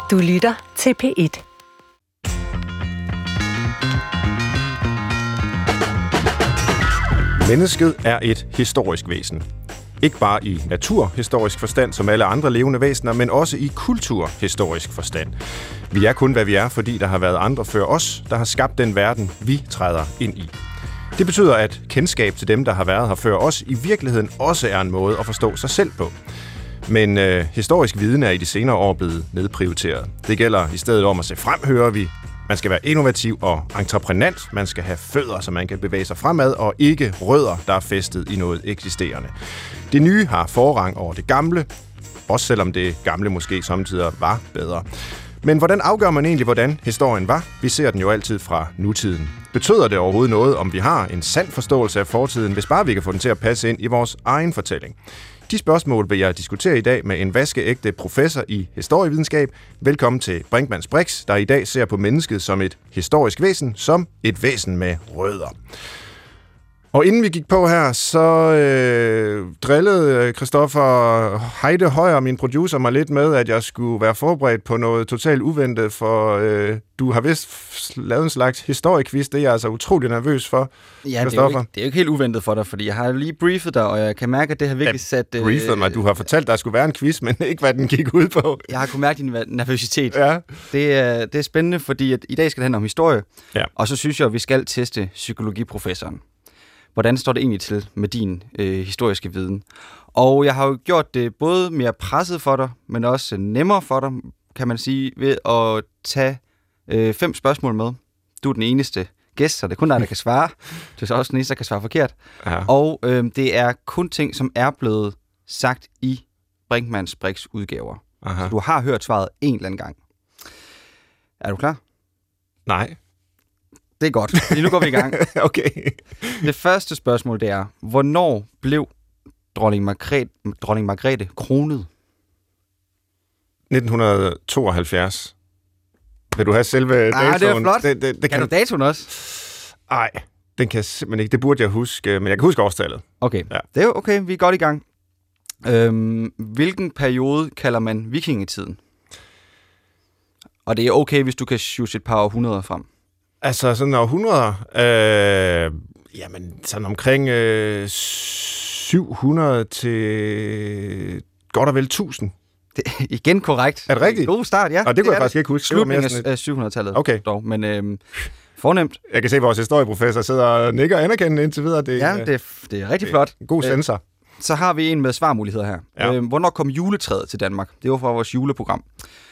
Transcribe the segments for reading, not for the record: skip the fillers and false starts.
Du lytter til P1. Mennesket er et historisk væsen. Ikke bare i naturhistorisk forstand som alle andre levende væsener, men også i kulturhistorisk forstand. Vi er kun, hvad vi er, fordi der har været andre før os, der har skabt den verden, vi træder ind i. Det betyder, at kendskab til dem, der har været her før os, i virkeligheden også er en måde at forstå sig selv på. Men historisk viden er i de senere år blevet nedprioriteret. Det gælder i stedet om at se frem, hører vi. Man skal være innovativ og entreprenant. Man skal have fødder, så man kan bevæge sig fremad, og ikke rødder, der er fæstet i noget eksisterende. Det nye har forrang over det gamle, også selvom det gamle måske samtidig var bedre. Men hvordan afgør man egentlig, hvordan historien var? Vi ser den jo altid fra nutiden. Betyder det overhovedet noget, om vi har en sand forståelse af fortiden, hvis bare vi kan få den til at passe ind i vores egen fortælling? De spørgsmål vil jeg diskutere i dag med en vaskeægte professor i historievidenskab. Velkommen til Brinkmanns Brix, der i dag ser på mennesket som et historisk væsen, som et væsen med rødder. Og inden vi gik på her, så drillede Christoffer Heide Højer, min producer, mig lidt med, at jeg skulle være forberedt på noget totalt uventet, for du har vist lavet en slags historiequiz. Det er jeg altså utrolig nervøs for, ja, Christoffer. Det er jo ikke helt uventet for dig, fordi jeg har lige briefet dig, og jeg kan mærke, at det har virkelig sat... Briefet mig? Du har fortalt, at der skulle være en quiz, men ikke hvad den gik ud på. Jeg har kunnet mærke din nervøsitet. Ja. Det er spændende, fordi at i dag skal det handle om historie, ja. Og så synes jeg, at vi skal teste psykologiprofessoren. Hvordan står det egentlig til med din historiske viden? Og jeg har jo gjort det både mere presset for dig, men også nemmere for dig, kan man sige, ved at tage 5 spørgsmål med. Du er den eneste gæst, så det er kun dig, der kan svare. Du er så også den eneste, der kan svare forkert. Ja. Og det er kun ting, som er blevet sagt i Brinkmanns Brix udgaver. Aha. Så du har hørt svaret en eller anden gang. Er du klar? Nej. Det er godt, fordi nu går vi i gang. Okay. Det første spørgsmål, det er, hvornår blev dronning Margrethe kronet? 1972. Vil du have selve datoen? Det er flot. Det kan du datoen også? Nej, den kan jeg simpelthen ikke. Det burde jeg huske, men jeg kan huske årstallet. Okay, ja. Det er jo okay. Vi er godt i gang. Hvilken periode kalder man vikingetiden? Og det er okay, hvis du kan shoot et par århundreder frem. Altså sådan århundreder, jamen sådan omkring 700 til godt og vel 1000. Det er igen korrekt. Er det rigtigt? God start, ja. Og det kunne jeg faktisk ikke huske. Slutningen af 700-tallet. Okay. Dog, men fornemt. Jeg kan se, at vores historieprofessor sidder og nikker anerkendende indtil videre. Det er rigtig flot. God sensor. Så har vi en med svarmuligheder her. Ja. Hvornår kom juletræet til Danmark? Det var fra vores juleprogram.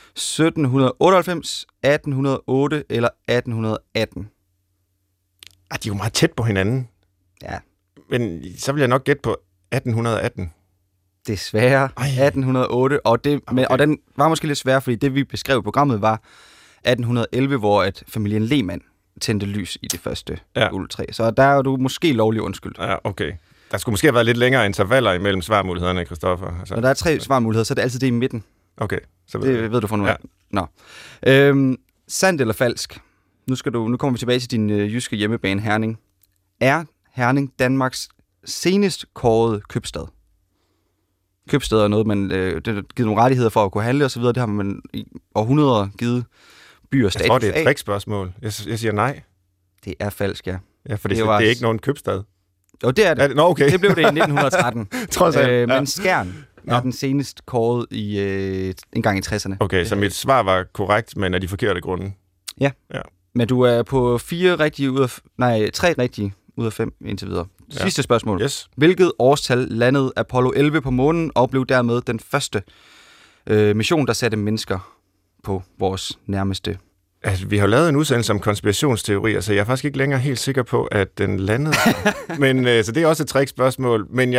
1798, 1808 eller 1818? De er jo meget tæt på hinanden. Ja. Men så vil jeg nok gætte på 1818. Desværre 1808, og den var måske lidt svær, fordi det vi beskrev i programmet var 1811, hvor at familien Lehmann tændte lys i det første juletræ. Så der er du måske lovlig undskyldt. Ja, okay. Der skulle måske have været lidt længere intervaller imellem svarmulighederne, Christoffer. Altså. Når der er 3 svarmuligheder, så er det altid det i midten. Okay. Så det ved du for nu. Ja. Nå. Sandt eller falsk? Nu kommer vi tilbage til din jyske hjemmebane, Herning. Er Herning Danmarks senest kårede købstad? Købstad er noget, man det har givet nogle rettigheder for at kunne handle og så videre. Det har man i århundreder givet byer status af. Jeg tror, det er et trickspørgsmål. Jeg siger nej. Det er falsk, ja. Ja, for det er ikke nogen købstad. Jo, det er det. Nå, okay. Det blev det i 1913. Trods alt. Men Skjern er den senest kåret en gang i 60'erne. Okay, så mit svar var korrekt, men af de forkerte grunde. Ja. Men du er på 3 rigtige ud af 5 indtil videre. Sidste spørgsmål. Yes. Hvilket årstal landede Apollo 11 på månen og blev dermed den første mission, der satte mennesker på vores nærmeste? Altså, vi har lavet en udsendelse om konspirationsteorier, så jeg er faktisk ikke længere helt sikker på, at den landede. Men så det er også et trickspørgsmål. Men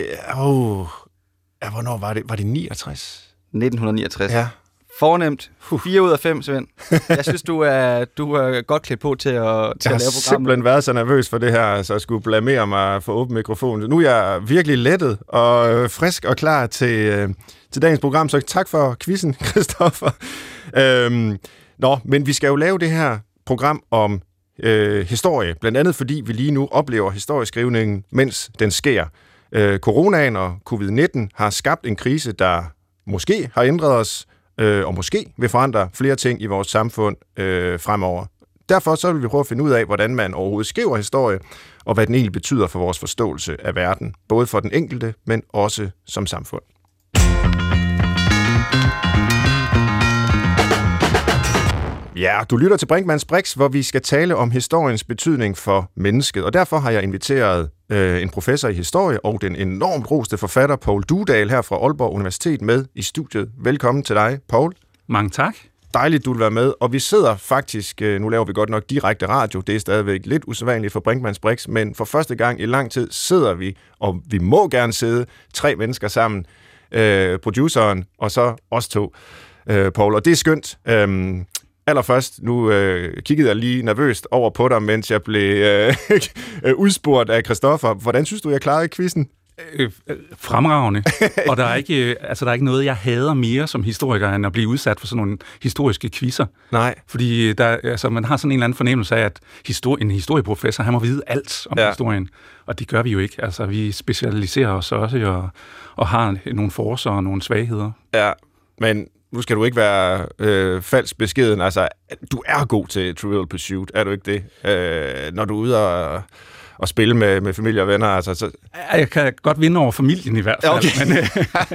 hvornår var det? Var det 69? 1969. Ja. Fornemt. 4 ud af 5, Svend. Jeg synes, du er godt klædt på til at lave programmet. Jeg har simpelthen været så nervøs for det her, så jeg skulle blamere mig for åben mikrofon. Nu er jeg virkelig lettet og frisk og klar til dagens program, så tak for quizzen, Christoffer. Men vi skal jo lave det her program om historie, blandt andet fordi vi lige nu oplever historieskrivningen, mens den sker. Coronaen og covid-19 har skabt en krise, der måske har ændret os, og måske vil forandre flere ting i vores samfund fremover. Derfor så vil vi prøve at finde ud af, hvordan man overhovedet skriver historie, og hvad den egentlig betyder for vores forståelse af verden, både for den enkelte, men også som samfund. Ja, du lytter til Brinkmanns Brix, hvor vi skal tale om historiens betydning for mennesket, og derfor har jeg inviteret en professor i historie og den enormt roste forfatter Poul Duedal her fra Aalborg Universitet med i studiet. Velkommen til dig, Poul. Mange tak. Dejligt, du vil være med, og vi sidder faktisk, nu laver vi godt nok direkte radio, det er stadigvæk lidt usædvanligt for Brinkmanns Brix, men for første gang i lang tid sidder vi, og vi må gerne sidde 3 mennesker sammen, produceren og så os 2, Poul, og det er skønt. Allerførst, nu kiggede jeg lige nervøst over på dig, mens jeg blev udspurgt af Christoffer. Hvordan synes du, jeg klarede quizzen? Fremragende. Og der er ikke noget, jeg hader mere som historiker, end at blive udsat for sådan nogle historiske quizzer. Nej. Fordi man har sådan en eller anden fornemmelse af, at en historieprofessor, han må vide alt om historien. Og det gør vi jo ikke. Altså, vi specialiserer os også og har nogle forcer og nogle svagheder. Ja, men nu skal du ikke være falsk beskeden. Altså, du er god til Trivial Pursuit, er du ikke det? Når du er ude og spille med familie og venner. Altså, så... Jeg kan godt vinde over familien i hvert fald. Okay. Men,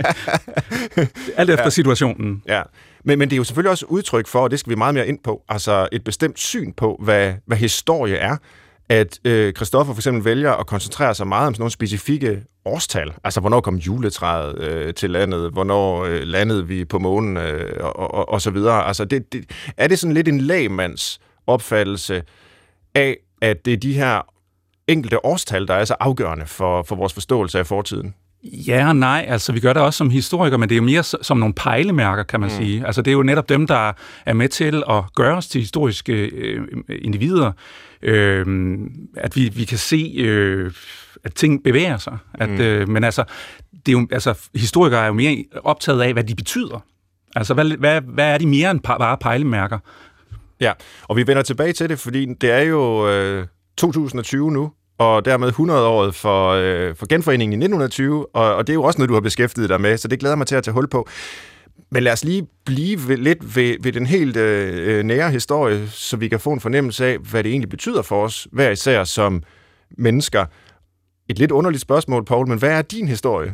alt efter situationen. Ja. Men det er jo selvfølgelig også udtryk for, og det skal vi meget mere ind på, altså et bestemt syn på, hvad historie er. At Christoffer for eksempel vælger at koncentrere sig meget om sådan nogle specifikke årstal. Altså, hvornår kom juletræet til landet? Hvornår landede vi på månen? Og så videre. Altså, er det sådan lidt en lægmands opfattelse af, at det er de her enkelte årstal, der er så afgørende for vores forståelse af fortiden? Ja og nej, altså vi gør det også som historikere, men det er jo mere som nogle pejlemærker, kan man sige. Altså det er jo netop dem, der er med til at gøre os til historiske individer, at vi kan se, at ting bevæger sig. Men altså, det er jo, historikere er jo mere optaget af, hvad de betyder. Altså hvad er de mere end bare pejlemærker? Ja, og vi vender tilbage til det, fordi det er jo 2020 nu, og dermed 100-året for genforeningen i 1920, og det er jo også noget, du har beskæftiget dig med, så det glæder mig til at tage hul på. Men lad os lige blive lidt ved den helt nære historie, så vi kan få en fornemmelse af, hvad det egentlig betyder for os, hver især som mennesker. Et lidt underligt spørgsmål, Poul, men hvad er din historie?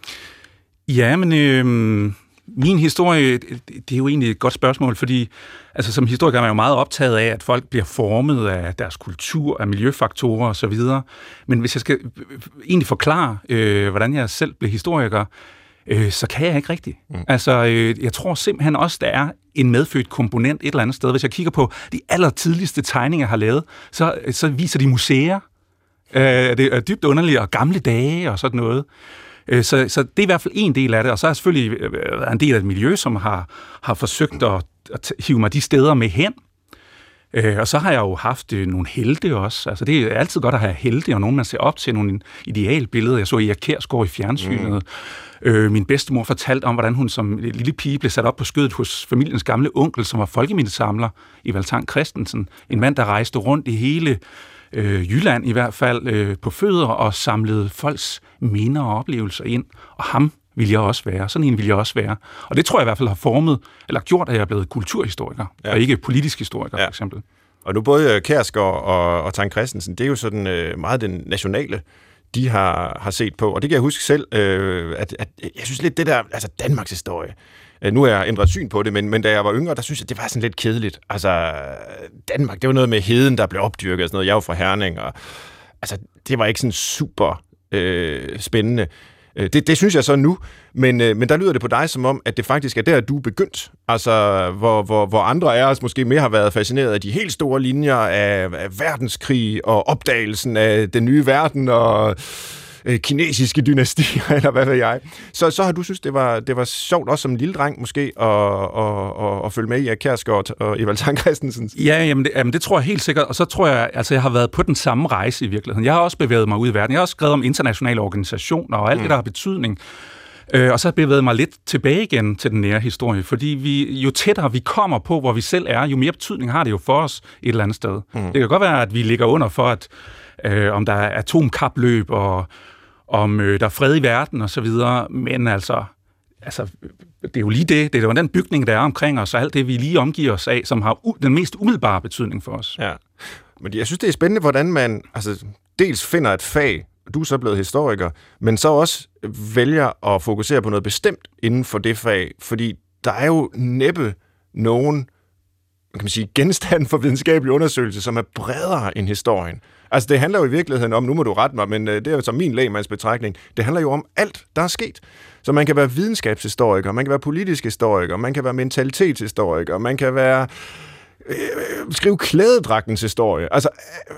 Ja, men min historie, det er jo egentlig et godt spørgsmål, fordi altså, som historiker er man jo meget optaget af, at folk bliver formet af deres kultur, af miljøfaktorer osv. Men hvis jeg skal egentlig forklare, hvordan jeg selv blev historiker, så kan jeg ikke rigtigt. Altså, jeg tror simpelthen også, der er en medfødt komponent et eller andet sted. Hvis jeg kigger på de allertidligste tegninger, jeg har lavet, så viser de museer. Det er dybt underligt, og gamle dage og sådan noget. Så det er i hvert fald en del af det, og så er jeg selvfølgelig en del af et miljø, som har forsøgt at hive mig de steder med hen. Og så har jeg jo haft nogle helte også. Altså det er altid godt at have helte, og nogen man ser op til, nogle idealbilleder. Jeg så Erik Kjærsgaard i fjernsynet. Min bedstemor fortalte om, hvordan hun som lille pige blev sat op på skødet hos familiens gamle onkel, som var folkemindesamler i Valtang Christensen. En mand, der rejste rundt i hele Jylland i hvert fald på fødder og samlede folks minder og oplevelser ind. Og ham ville jeg også være. Sådan en ville jeg også være. Og det tror jeg i hvert fald har formet, eller gjort, at jeg er blevet kulturhistoriker, og ikke politisk historiker, for eksempel. Og nu både Kjærsgaard og Tang Christensen, det er jo sådan meget den nationale, de har set på. Og det kan jeg huske selv, at jeg synes lidt det der, altså Danmarks historie. Nu er jeg ændret syn på det, men da jeg var yngre, der synes jeg, det var sådan lidt kedeligt. Altså, Danmark, det var noget med heden, der blev opdyrket og sådan noget. Jeg var fra Herning, og altså, det var ikke sådan super spændende. Det synes jeg så nu, men der lyder det på dig som om, at det faktisk er der, du er begyndt. Altså, hvor andre af os måske mere har været fascineret af de helt store linjer af verdenskrig og opdagelsen af den nye verden og kinesiske dynastier, eller hvad ved jeg. Så har du synes, det var sjovt også som en lille dreng måske at følge med i Kjærsgaard og Evald Tang Christensen. Ja, jamen det tror jeg helt sikkert, og så tror jeg, altså jeg har været på den samme rejse i virkeligheden. Jeg har også bevæget mig ud i verden. Jeg har også skrevet om internationale organisationer og alt det, der har betydning. Og så har jeg bevæget mig lidt tilbage igen til den nære historie, fordi jo tættere vi kommer på, hvor vi selv er, jo mere betydning har det jo for os et eller andet sted. Det kan godt være, at vi ligger under for, at om der er atomkapløb og om der er fred i verden og så videre, men altså det er jo lige det er jo den bygning, der er omkring os, og alt det, vi lige omgiver os af, som har den mest umiddelbare betydning for os. Ja, men jeg synes, det er spændende, hvordan man dels finder et fag, du er så blevet historiker, men så også vælger at fokusere på noget bestemt inden for det fag, fordi der er jo næppe nogen, kan man sige, genstand for videnskabelig undersøgelse, som er bredere end historien. Altså, det handler jo i virkeligheden om, nu må du rette mig, men det er jo så min lægmandsbetragtning, det handler jo om alt, der er sket. Så man kan være videnskabshistoriker, man kan være politisk historiker, man kan være mentalitetshistoriker, man kan være skrive klædedragtens historie. Altså,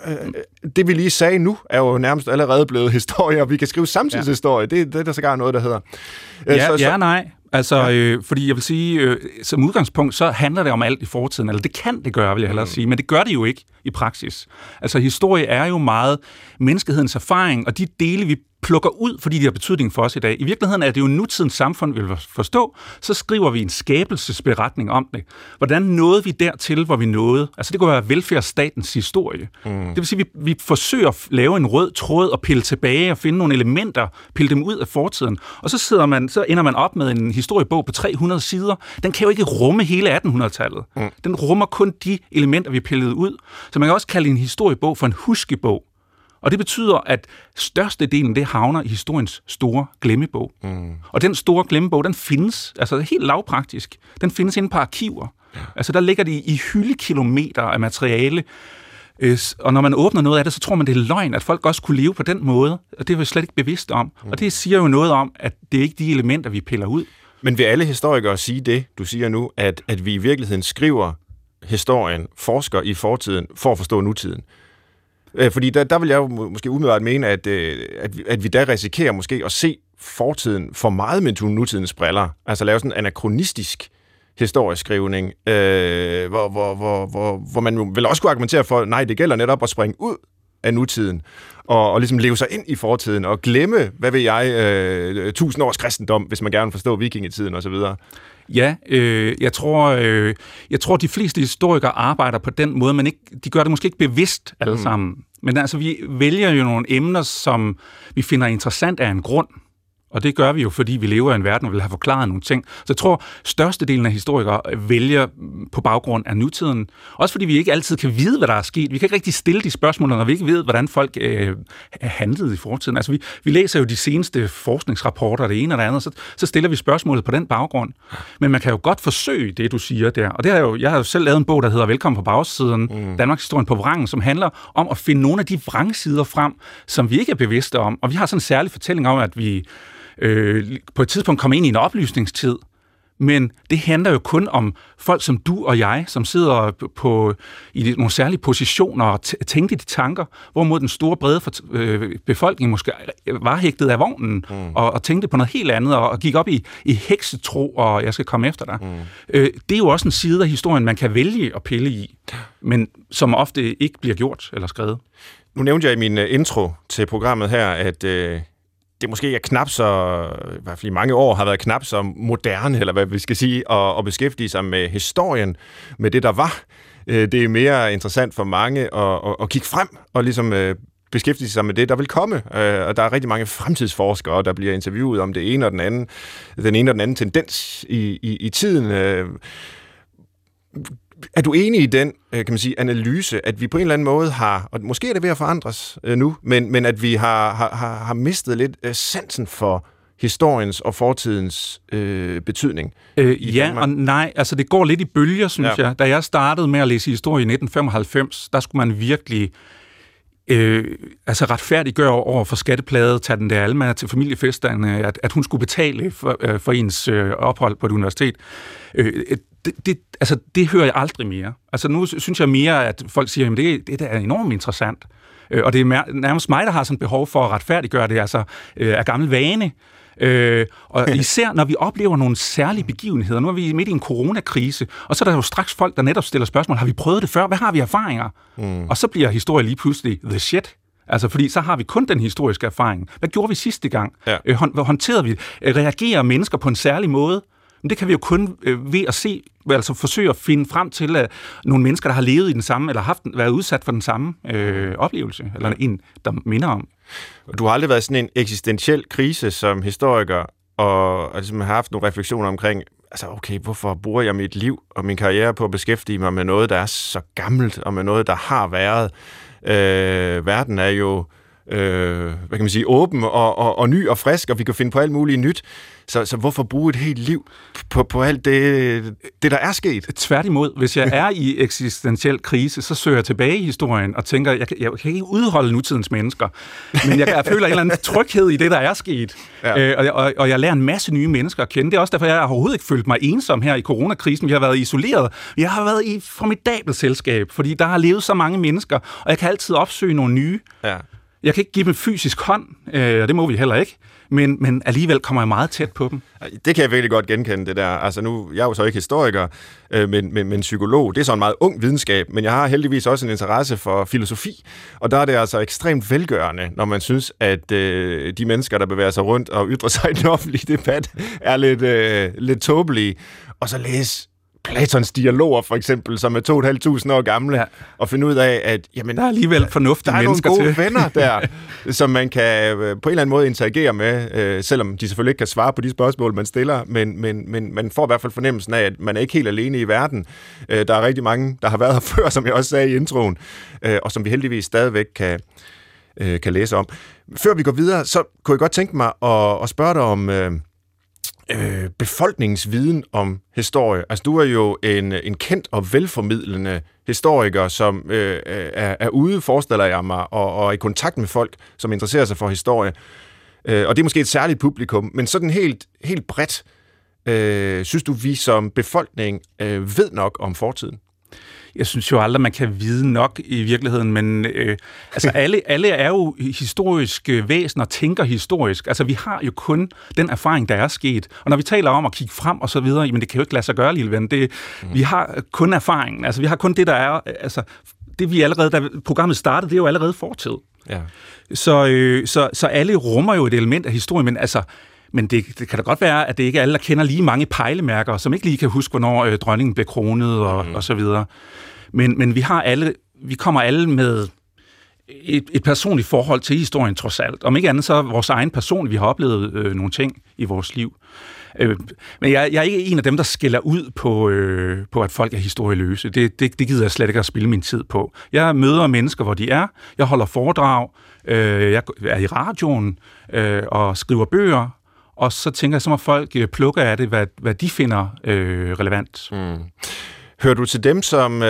det vi lige sagde nu, er jo nærmest allerede blevet historie, og vi kan skrive samtidshistorie. Det er der sågar noget, der hedder. Nej. Altså, fordi jeg vil sige, som udgangspunkt, så handler det om alt i fortiden, eller det kan det gøre, vil jeg hellere sige, men det gør det jo ikke i praksis. Altså, historie er jo meget menneskehedens erfaring, og de dele, vi plukker ud, fordi de har betydning for os i dag. I virkeligheden er det jo nutidens samfund, vi vil forstå, så skriver vi en skabelsesberetning om det. Hvordan nåede vi dertil, hvor vi nåede? Altså, det kunne være velfærdsstatens historie. Det vil sige, at vi forsøger at lave en rød tråd og pille tilbage og finde nogle elementer, pille dem ud af fortiden. Og så ender man op med en historiebog på 300 sider. Den kan jo ikke rumme hele 1800-tallet. Den rummer kun de elementer, vi pillede ud. Så man kan også kalde en historiebog for en huskebog. Og det betyder, at størstedelen det havner i historiens store glemmebog. Og den store glemmebog, den findes, altså helt lavpraktisk, den findes inde på arkiver. Ja. Altså der ligger de i hyldekilometer af materiale, og når man åbner noget af det, så tror man, det er løgn, at folk også kunne leve på den måde, og det er vi slet ikke bevidst om. Og det siger jo noget om, at det er ikke de elementer, vi piller ud. Men vil alle historikere sige det, du siger nu, at vi i virkeligheden skriver historien, forsker i fortiden, for at forstå nutiden? Fordi der vil jeg jo måske umiddelbart mene, at vi der risikerer måske at se fortiden for meget med nutidens briller. Altså lave sådan en anakronistisk historieskrivning, hvor man jo vel også kunne argumentere for, nej, det gælder netop at springe ud af nutiden, og ligesom leve sig ind i fortiden, og glemme, hvad ved jeg, 1000 års kristendom, hvis man gerne vil forstå vikingetiden osv. Ja, jeg tror, de fleste historikere arbejder på den måde, men de gør det måske ikke bevidst alle sammen. Men altså, vi vælger jo nogle emner, som vi finder interessant af en grund. Og det gør vi jo, fordi vi lever i en verden, og vil have forklaret nogle ting. Så jeg tror, størstedelen af historikere vælger på baggrund af nutiden. Også fordi vi ikke altid kan vide, hvad der er sket. Vi kan ikke rigtig stille de spørgsmål, når vi ikke ved, hvordan folk handlede i fortiden. Altså, vi læser jo de seneste forskningsrapporter, det ene og det andet, så stiller vi spørgsmålet på den baggrund. Men man kan jo godt forsøge det, du siger der. Og jeg har jo selv lavet en bog, der hedder Velkommen på bagsiden, Danmarks historien på vrangen, som handler om at finde nogle af de vrangsider frem, som vi ikke er bevidste om. Og vi har sådan en særlig fortælling om, at vi på et tidspunkt kommer ind i en oplysningstid, men det handler jo kun om folk som du og jeg, som sidder i nogle særlige positioner og tænker de tanker, hvorimod den store brede befolkning måske var hægtet af vognen og tænkte på noget helt andet og gik op i heksetro, og jeg skal komme efter dig. Det er jo også en side af historien, man kan vælge at pille i, men som ofte ikke bliver gjort eller skrevet. Nu nævnte jeg i min intro til programmet her, at det måske er knap så, i hvert fald i mange år, har været knap så moderne, eller hvad vi skal sige, at beskæftige sig med historien, med det, der var. Det er mere interessant for mange at kigge frem og ligesom beskæftige sig med det, der vil komme. Og der er rigtig mange fremtidsforskere, der bliver interviewet om det ene og den anden tendens i tiden. Er du enig i den, kan man sige, analyse, at vi på en eller anden måde har, og måske er det ved at forandres nu, men at vi har mistet lidt sansen for historiens og fortidens betydning? Ja og nej. Altså det går lidt i bølger, synes jeg. Da jeg startede med at læse historie i 1995, der skulle man virkelig retfærdiggøre over for skatteplade, tage den der Alma til familiefesterne, at hun skulle betale for ens ophold på et universitet. Det hører jeg aldrig mere. Altså nu synes jeg mere, at folk siger, at det er enormt interessant. Og det er nærmest mig, der har sådan behov for at retfærdiggøre det, altså af gammel vane. Og især når vi oplever nogle særlige begivenheder. Nu er vi midt i en coronakrise, og så er der jo straks folk, der netop stiller spørgsmål, har vi prøvet det før? Hvad har vi erfaringer? Og så bliver historie lige pludselig the shit. Altså, fordi så har vi kun den historiske erfaring. Hvad gjorde vi sidste gang? Hvad håndterede vi? Reagerer mennesker på en særlig måde? Men det kan vi jo kun ved at se, altså forsøge at finde frem til nogle mennesker, der har levet i den samme, eller været udsat for den samme oplevelse, eller en, der minder om. Du har aldrig været sådan en eksistentiel krise som historiker, og ligesom har haft nogle refleksioner omkring, altså okay, hvorfor bruger jeg mit liv og min karriere på at beskæftige mig med noget, der er så gammelt, og med noget, der har været. Verden er jo hvad kan man sige, åben og ny og frisk, og vi kan finde på alt muligt nyt. Så hvorfor bruge et helt liv på alt det, der er sket? Tværtimod, hvis jeg er i eksistentiel krise, så søger jeg tilbage i historien og tænker, jeg kan ikke udholde nutidens mennesker, men jeg føler en eller anden tryghed i det, der er sket. Ja. Og jeg lærer en masse nye mennesker at kende. Det er også derfor, jeg har overhovedet ikke følt mig ensom her i coronakrisen. Vi har været isoleret. Jeg har været i et formidabelt selskab, fordi der har levet så mange mennesker, og jeg kan altid opsøge nogle nye. Ja. Jeg kan ikke give dem fysisk hånd, og det må vi heller ikke, men alligevel kommer jeg meget tæt på dem. Det kan jeg virkelig godt genkende, det der. Altså nu, jeg er jo så ikke historiker, men psykolog. Det er så en meget ung videnskab, men jeg har heldigvis også en interesse for filosofi, og der er det altså ekstremt velgørende, når man synes, at de mennesker, der bevæger sig rundt og ytrer sig i den offentlige debat, er lidt tåbelige, og så læse Platons dialoger, for eksempel, som er 2.500 år gamle, og finde ud af, at jamen, der er alligevel fornuftige mennesker til. Der er nogle gode venner der, som man kan på en eller anden måde interagere med, selvom de selvfølgelig ikke kan svare på de spørgsmål, man stiller, men man får i hvert fald fornemmelsen af, at man er ikke helt alene i verden. Der er rigtig mange, der har været her før, som jeg også sagde i introen, og som vi heldigvis stadigvæk kan læse om. Før vi går videre, så kunne jeg godt tænke mig at spørge dig om befolkningens viden om historie. Altså, du er jo en kendt og velformidlende historiker, som er ude, forestiller jeg mig, og er i kontakt med folk, som interesserer sig for historie. Og det er måske et særligt publikum, men sådan helt bredt, synes du, vi som befolkning ved nok om fortiden? Jeg synes jo aldrig, man kan vide nok i virkeligheden, men altså alle er jo historiske væsener og tænker historisk. Altså vi har jo kun den erfaring, der er sket. Og når vi taler om at kigge frem og så videre, jamen det kan jo ikke lade sig gøre, lille ven. Vi har kun erfaringen. Altså vi har kun det, der er. Altså det vi allerede, da programmet startede, det er jo allerede fortid. Ja. Så alle rummer jo et element af historie, men det kan da godt være, at det ikke er alle, der kender lige mange pejlemærker, som ikke lige kan huske, hvornår dronningen blev kronet og så videre. Men vi kommer alle med et personligt forhold til historien trods alt. Om ikke andet så vores egen person, vi har oplevet nogle ting i vores liv. Men jeg er ikke en af dem, der skælder ud på at folk er historieløse. Det gider jeg slet ikke at spilde min tid på. Jeg møder mennesker, hvor de er. Jeg holder foredrag. Jeg er i radioen og skriver bøger. Og så tænker jeg, så må folk plukke af det, hvad de finder relevant. Hører du til dem, som...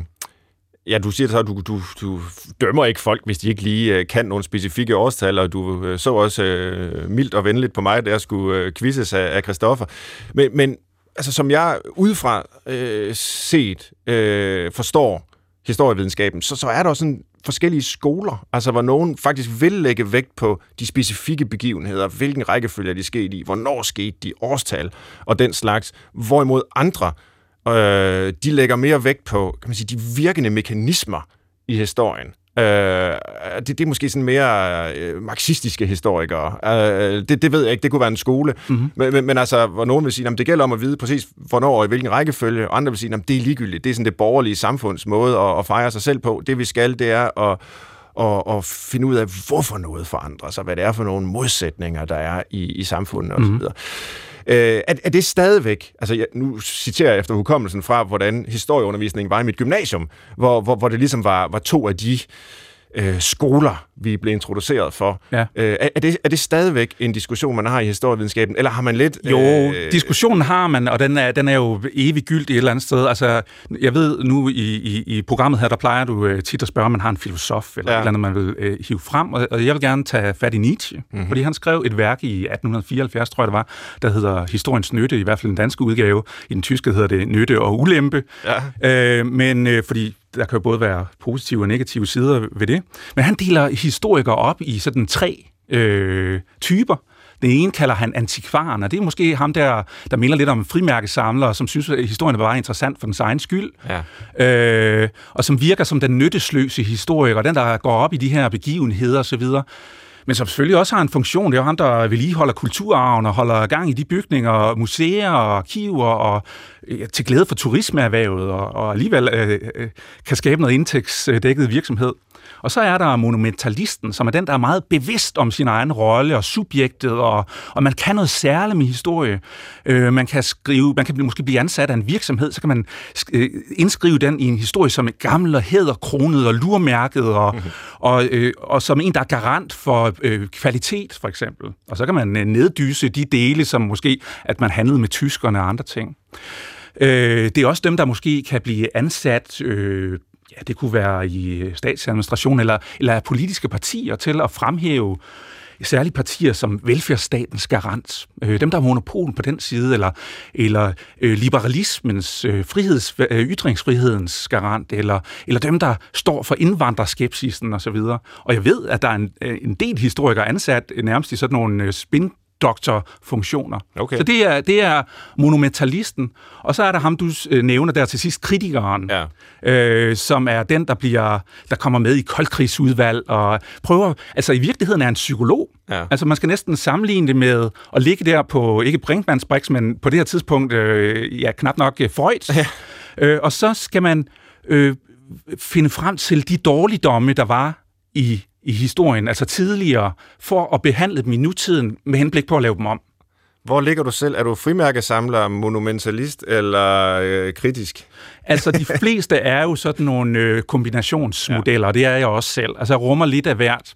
du siger så, at du dømmer ikke folk, hvis de ikke lige kan nogle specifikke årstal, og du så også mildt og venligt på mig, da jeg skulle quizzes af Christoffer. Men altså, som jeg udefra set forstår historievidenskaben, så er der også sådan forskellige skoler, altså hvor nogen faktisk vil lægge vægt på de specifikke begivenheder, hvilken rækkefølge de skete i, hvornår skete de, årstal og den slags, hvorimod andre, de lægger mere vægt på, kan man sige, de virkende mekanismer i historien. Det er måske sådan mere marxistiske historikere. Det ved jeg ikke, det kunne være en skole. Mm-hmm. Men altså, hvor nogen vil sige, at det gælder om at vide præcis, hvornår og i hvilken rækkefølge, og andre vil sige, at det er ligegyldigt. Det er sådan det borgerlige samfunds måde at fejre sig selv på. Det vi skal, det er at finde ud af, hvorfor noget forandrer sig, hvad det er for nogle modsætninger, der er i samfundet osv. Mm-hmm. Er det stadigvæk, altså nu citerer jeg efter hukommelsen fra, hvordan historieundervisningen var i mit gymnasium, hvor det ligesom var to af de skoler, vi blev introduceret for. Ja. Er det stadigvæk en diskussion, man har i historievidenskaben, eller har man lidt... Jo, diskussionen har man, og den er jo eviggyldig et eller andet sted. Altså, jeg ved nu i programmet her, der plejer du tit at spørge, om man har en filosof, eller et eller andet, man vil hive frem, og jeg vil gerne tage fat i Nietzsche, fordi han skrev et værk i 1874, tror jeg det var, der hedder Historiens Nytte, i hvert fald den danske udgave. I den tyske hedder det Nytte og Ulempe. Ja. Men fordi der kan jo både være positive og negative sider ved det. Men han deler historikere op i sådan 3 typer. Den ene kalder han antikvaren, og det er måske ham, der minder lidt om frimærkesamlere, som synes, at historien er bare interessant for dens egen skyld. Ja. Og som virker som den nyttesløse historiker, den, der går op i de her begivenheder osv. men som selvfølgelig også har en funktion. Det er jo ham, der vedligeholder kulturarven og holder gang i de bygninger, museer og arkiver, og til glæde for turismeerhvervet, og alligevel kan skabe noget indtægtsdækket virksomhed. Og så er der monumentalisten, som er den, der er meget bevidst om sin egen rolle og subjektet, og man kan noget særligt med historie. Man kan måske blive ansat af en virksomhed, så kan man indskrive den i en historie som et gammel og hæderkronet og lurmærket, og som en, der er garant for kvalitet, for eksempel. Og så kan man neddyse de dele, som måske, at man handlede med tyskerne og andre ting. Det er også dem, der måske kan blive ansat... det kunne være i statsadministration eller politiske partier til at fremhæve særlige partier som velfærdsstatens garant. Dem, der har monopol på den side, eller liberalismens, ytringsfrihedens garant, eller dem, der står for indvandrerskepsisen osv. Og jeg ved, at der er en del historikere ansat nærmest i sådan nogle doktorfunktioner. Okay. Så det er monumentalisten. Og så er der ham, du nævner der til sidst, kritikeren, som er den, der kommer med i koldkrigsudvalg og prøver... Altså i virkeligheden er en psykolog. Ja. Altså man skal næsten sammenligne det med at ligge der på, ikke Brinkmanns Brix, men på det her tidspunkt, knap nok Freud. Ja. Og så skal man finde frem til de dårligdomme, der var i historien, altså tidligere, for at behandle dem i nutiden med henblik på at lave dem om. Hvor ligger du selv? Er du frimærkesamler, monumentalist eller kritisk? Altså, de fleste er jo sådan nogle kombinationsmodeller, og det er jeg også selv. Altså, jeg rummer lidt af hvert.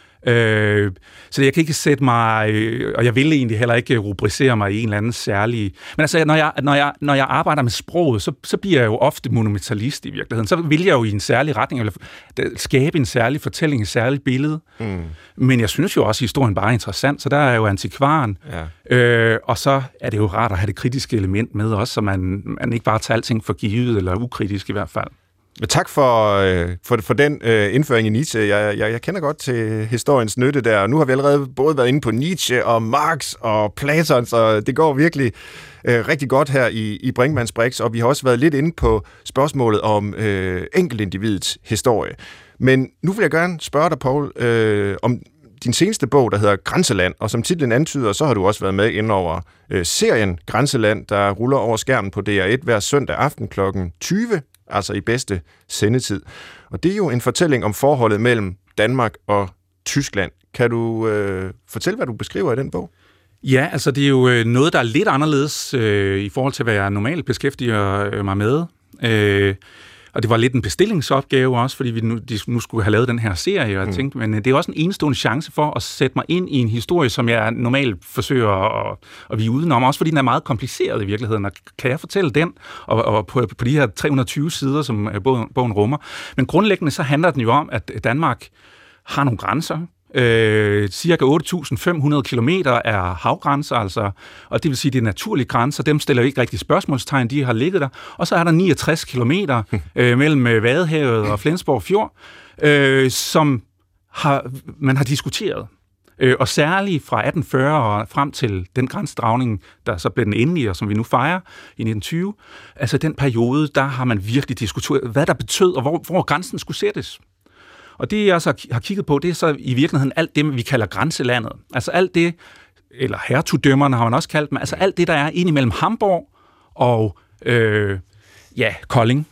Så jeg kan ikke sætte mig, og jeg vil egentlig heller ikke rubricere mig i en eller anden særlig... Men altså, når jeg arbejder med sproget, så bliver jeg jo ofte monumentalist i virkeligheden. Så vil jeg jo i en særlig retning, eller skabe en særlig fortælling, et særligt billede. Mm. Men jeg synes jo også, at historien bare er interessant, så der er jo antikvaren. Ja. Og så er det jo rart at have det kritiske element med også, så man ikke bare tager alting for givet, eller ukritisk i hvert fald. Tak for den indføring i Nietzsche. Jeg kender godt til historiens nytte der, og nu har vi allerede både været inde på Nietzsche og Marx og Platon, så det går virkelig rigtig godt her i Brinkmanns Brix, og vi har også været lidt inde på spørgsmålet om enkeltindividets historie. Men nu vil jeg gerne spørge dig, Poul, om din seneste bog, der hedder Grænseland, og som titlen antyder, så har du også været med ind over serien Grænseland, der ruller over skærmen på DR1 hver søndag aften kl. 20, altså i bedste sendetid. Og det er jo en fortælling om forholdet mellem Danmark og Tyskland. Kan du fortælle, hvad du beskriver i den bog? Ja, altså det er jo noget, der er lidt anderledes i forhold til, hvad jeg normalt beskæftiger mig med. Og det var lidt en bestillingsopgave også, fordi vi nu skulle have lavet den her serie, og jeg tænkte, men det er også en enestående chance for at sætte mig ind i en historie, som jeg normalt forsøger at vide udenom, også fordi den er meget kompliceret i virkeligheden, og kan jeg fortælle den, og på de her 320 sider, som bogen rummer. Men grundlæggende så handler den jo om, at Danmark har nogle grænser. Cirka 8.500 kilometer er havgrænser, altså, og det vil sige, det er naturlige grænser, dem stiller ikke rigtig spørgsmålstegn, de har ligget der. Og så er der 69 kilometer mellem Vadehavet og Flensborg Fjord, som man har diskuteret. Og særligt fra 1840 og frem til den grænsedragning, der så blev den endelige, og som vi nu fejrer i 1920, altså den periode, der har man virkelig diskuteret, hvad der betød, og hvor grænsen skulle sættes. Og det, jeg så har kigget på, det er så i virkeligheden alt det, vi kalder grænselandet. Altså alt det, eller hertugdømmerne har man også kaldt dem, altså alt det, der er ind imellem Hamborg og Kolding.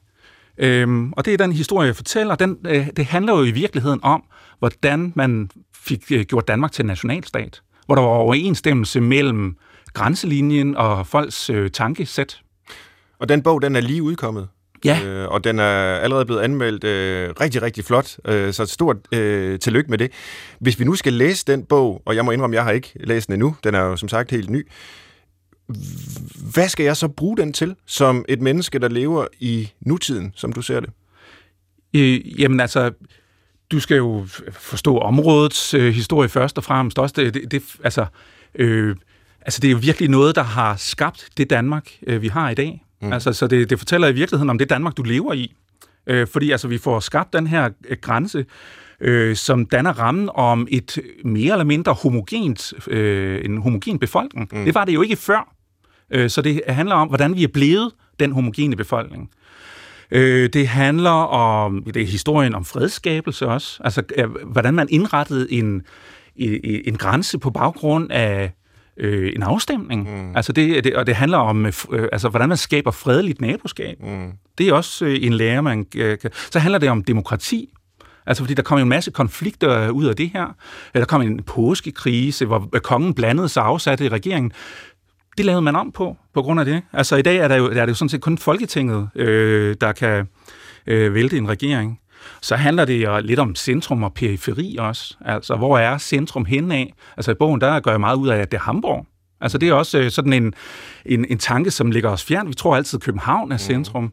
Mm. Og det er den historie, jeg fortæller. Det handler jo i virkeligheden om, hvordan man fik gjort Danmark til en nationalstat, hvor der var overensstemmelse mellem grænselinjen og folks tankesæt. Og den bog, den er lige udkommet? Ja. Og den er allerede blevet anmeldt rigtig, rigtig flot, så et stort tillykke med det. Hvis vi nu skal læse den bog, og jeg må indrømme, jeg har ikke læst den endnu, den er jo som sagt helt ny, hvad skal jeg så bruge den til, som et menneske, der lever i nutiden, som du ser det? Jamen altså, du skal jo forstå områdets historie først og fremmest. Også det er jo virkelig noget, der har skabt det Danmark, vi har i dag. Mm. Altså, så det fortæller i virkeligheden om det Danmark, du lever i. Fordi altså, vi får skabt den her grænse, som danner rammen om et mere eller mindre en homogen befolkning. Mm. Det var det jo ikke før. Så det handler om, hvordan vi er blevet den homogene befolkning. Det handler om, det er historien om fredsskabelse også, altså hvordan man indrettede en grænse på baggrund af en afstemning. Altså og det handler om, altså hvordan man skaber fredeligt naboskab. Det er også en lære, man kan. Så handler det om demokrati. Altså fordi der kom en masse konflikter ud af det her. Der kom en påskekrise, hvor kongen blandede sig afsatte i regeringen. Det lavede man om på grund af det. Altså i dag er det jo sådan set kun Folketinget, der kan vælte en regering. Så handler det jo lidt om centrum og periferi også. Altså, hvor er centrum henne af? Altså, i bogen, der gør jeg meget ud af, at det er Hamburg. Altså, det er også sådan en tanke, som ligger os fjern. Vi tror altid, at København er centrum.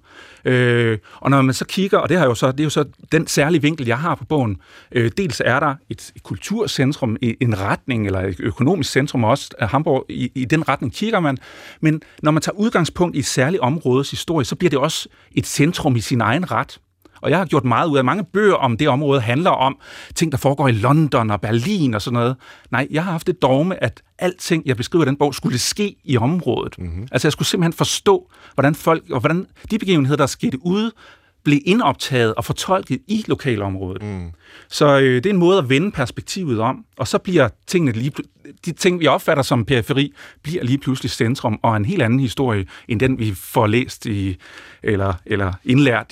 Og når man så kigger, og det er jo så den særlige vinkel, jeg har på bogen. Dels er der et kulturcentrum, en retning, eller et økonomisk centrum også af Hamburg. I den retning kigger man. Men når man tager udgangspunkt i et særligt områdes historie, så bliver det også et centrum i sin egen ret. Og jeg har gjort meget ud af, mange bøger om det område handler om ting, der foregår i London og Berlin og sådan noget. Nej, jeg har haft et dogme, at alting, jeg beskriver i den bog, skulle ske i området. Altså jeg skulle simpelthen forstå, hvordan de begivenheder, der skete ude, blev indoptaget og fortolket i lokalområdet. Så det er en måde at vende perspektivet om, og så bliver tingene de ting, vi opfatter som periferi, bliver lige pludselig centrum og en helt anden historie, end den, vi får læst eller indlært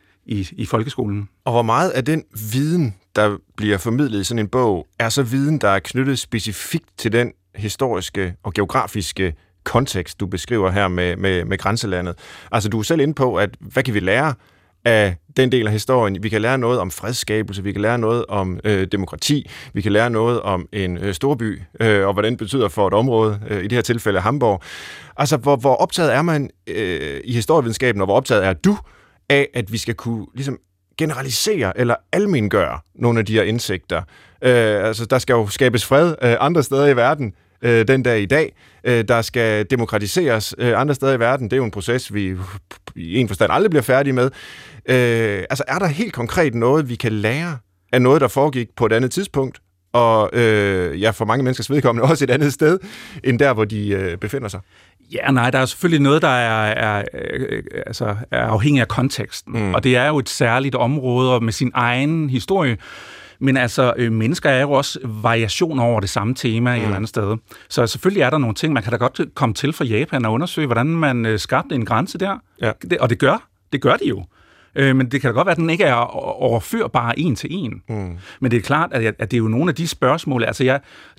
i folkeskolen. Og hvor meget af den viden, der bliver formidlet i sådan en bog, er så viden, der er knyttet specifikt til den historiske og geografiske kontekst, du beskriver her med grænselandet? Altså, du er selv inde på, at hvad kan vi lære af den del af historien? Vi kan lære noget om fredsskabelse, vi kan lære noget om demokrati, vi kan lære noget om en storby, og hvad den betyder for et område, i det her tilfælde Hamburg. Altså, hvor optaget er man i historievidenskaben, og hvor optaget er du af, at vi skal kunne ligesom generalisere eller almengøre nogle af de her indsigter. Altså, der skal jo skabes fred andre steder i verden den dag i dag. Der skal demokratiseres andre steder i verden. Det er jo en proces, vi i en forstand aldrig bliver færdige med. Altså, er der helt konkret noget, vi kan lære af noget, der foregik på et andet tidspunkt, og for mange menneskers vedkommende også et andet sted, end der, hvor de befinder sig? Ja, nej, der er selvfølgelig noget, der er afhængig af konteksten, og det er jo et særligt område med sin egen historie, men altså, mennesker er jo også variationer over det samme tema et eller andet sted. Så selvfølgelig er der nogle ting, man kan da godt komme til fra Japan og undersøge, hvordan man skabte en grænse der, og det gør de jo. Men det kan da godt være, at den ikke er overførbar en til en. Men det er klart, at det er jo nogle af de spørgsmål, altså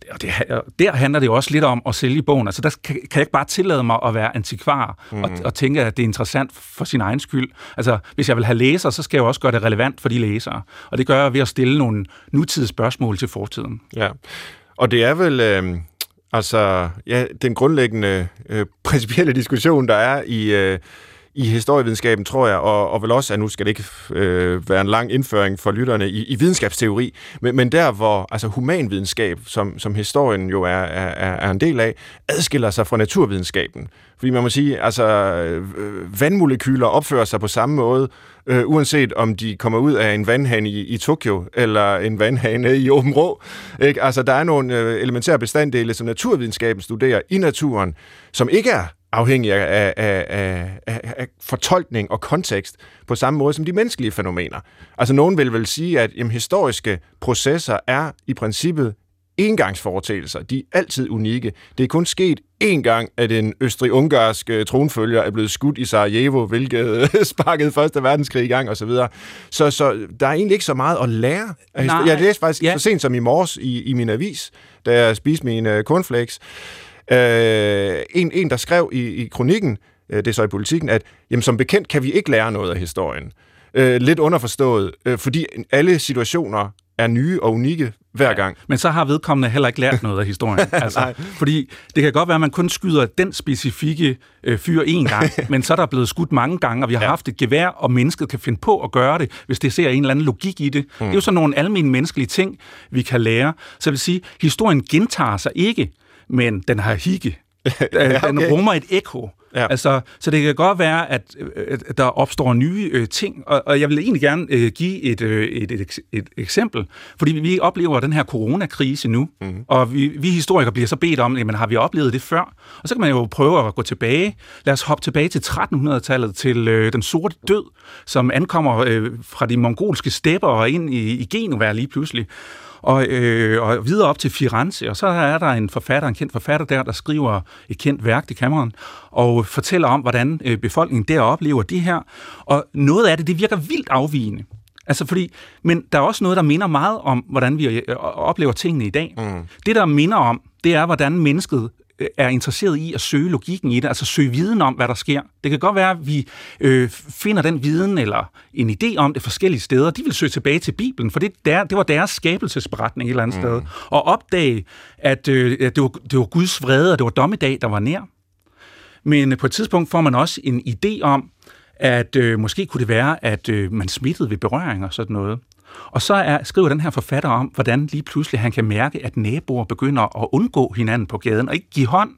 der handler det jo også lidt om at sælge bogen. Altså der kan jeg ikke bare tillade mig at være antikvar og tænke, at det er interessant for sin egen skyld. Altså hvis jeg vil have læsere, så skal jeg jo også gøre det relevant for de læsere. Og det gør jeg ved at stille nogle nutidige spørgsmål til fortiden. Ja, og det er vel den grundlæggende principielle diskussion, der er i historievidenskaben, tror jeg, og vel også, at nu skal det ikke være en lang indføring for lytterne i videnskabsteori, men der, hvor altså humanvidenskab, som historien jo er en del af, adskiller sig fra naturvidenskaben. Fordi man må sige, altså vandmolekyler opfører sig på samme måde, uanset om de kommer ud af en vandhane i Tokyo, eller en vandhane i Åben Rå. Ikke? Altså, der er nogle elementære bestanddele, som naturvidenskaben studerer i naturen, som ikke er afhængig af fortolkning og kontekst på samme måde som de menneskelige fænomener. Altså nogen vil vel sige, at historiske processer er i princippet engangsforeteelser. De er altid unikke. Det er kun sket én gang, at den østrig-ungarske tronfølger er blevet skudt i Sarajevo, hvilket sparkede Første Verdenskrig i gang osv. Så der er egentlig ikke så meget at lære. Jeg læste faktisk så sent som i morges i min avis, da jeg spiste mine cornflakes, en der skrev i kronikken, det er så i Politikken, at jamen, som bekendt kan vi ikke lære noget af historien. Lidt underforstået, fordi alle situationer er nye og unikke hver gang. Men så har vedkommende heller ikke lært noget af historien. Altså, fordi det kan godt være, at man kun skyder den specifikke fyr én gang, men så er der blevet skudt mange gange, og vi har haft et gevær, og mennesket kan finde på at gøre det, hvis det ser en eller anden logik i det. Det er jo sådan nogle almindelige menneskelige ting, vi kan lære. Så jeg vil sige, historien gentager sig ikke, men den har hikke. Den rummer et ekko. Ja. Altså, så det kan godt være, at der opstår nye ting, og jeg vil egentlig gerne give et eksempel, fordi vi oplever den her coronakrise nu, og vi historikere bliver så bedt om, jamen har vi oplevet det før? Og så kan man jo prøve at gå tilbage. Lad os hoppe tilbage til 1300-tallet, til den sorte død, som ankommer fra de mongolske stepper og ind i Genova lige pludselig. Og videre op til Firenze, og så er der en kendt forfatter der skriver et kendt værk, Decameron, og fortæller om, hvordan befolkningen der oplever det her. Og noget af det virker vildt afvigende. Altså men der er også noget, der minder meget om, hvordan vi oplever tingene i dag. Det, der minder om, det er, hvordan mennesket er interesseret i at søge logikken i det, altså søge viden om, hvad der sker. Det kan godt være, at vi finder den viden eller en idé om det forskellige steder. De vil søge tilbage til Bibelen, for det var deres skabelsesberetning et eller andet sted. Og opdage, at det var Guds vrede, og det var dommedag, der var nær. Men på et tidspunkt får man også en idé om, at måske kunne det være, at man smittede ved berøring og sådan noget. Og så skriver den her forfatter om, hvordan lige pludselig han kan mærke, at naboer begynder at undgå hinanden på gaden, og ikke give hånd,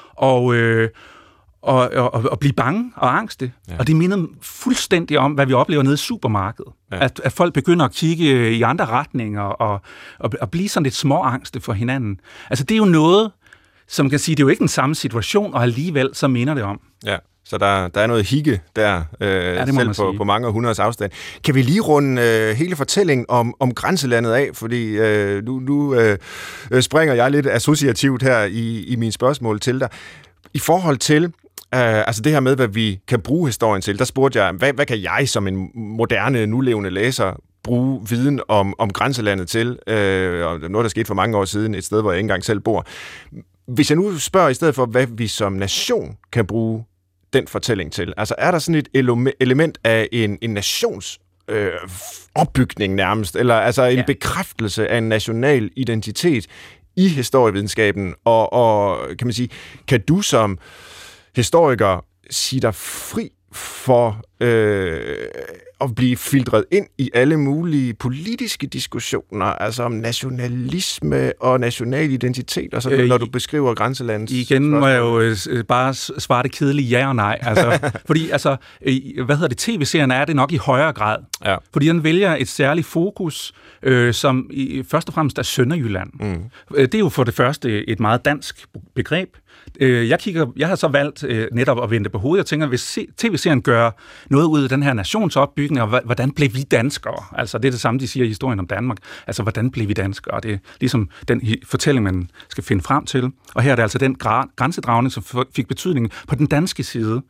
og blive bange og angste. Ja. Og det minder fuldstændig om, hvad vi oplever nede i supermarkedet. Ja. At folk begynder at kigge i andre retninger, og blive sådan lidt småangste for hinanden. Altså det er jo noget, som kan sige, det er jo ikke den samme situation, og alligevel så minder det om. Ja. Så der er noget hygge der, selv på mange århundreders afstand. Kan vi lige runde hele fortællingen om grænselandet af? Fordi nu springer jeg lidt associativt her i mine spørgsmål til dig. I forhold til altså det her med, hvad vi kan bruge historien til, der spurgte jeg, hvad kan jeg som en moderne, nulevende læser bruge viden om grænselandet til? Og noget, der skete for mange år siden, et sted, hvor jeg ikke engang selv bor. Hvis jeg nu spørger i stedet for, hvad vi som nation kan bruge den fortælling til. Altså er der sådan et element af en nations opbygning nærmest, eller altså en bekræftelse af en national identitet i historievidenskaben, og kan man sige, kan du som historiker sige dig fri for at blive filtreret ind i alle mulige politiske diskussioner, altså om nationalisme og national identitet, og sådan, når du beskriver grænselandets igen spørgsmål? Må jeg jo bare svare det kedelige ja og nej. Altså, fordi TV-serien er det nok i højere grad. Ja. Fordi den vælger et særligt fokus, som først og fremmest er Sønderjylland. Det er jo for det første et meget dansk begreb. Jeg har så valgt netop at vende på hovedet. Jeg tænker, hvis TV-serien gør noget ud af den her nationsopbygning, og hvordan blev vi danskere? Altså, det er det samme, de siger i historien om Danmark. Altså, hvordan blev vi danskere? Det er ligesom den fortælling, man skal finde frem til. Og her er det altså den grænsedragning, som fik betydning på den danske side.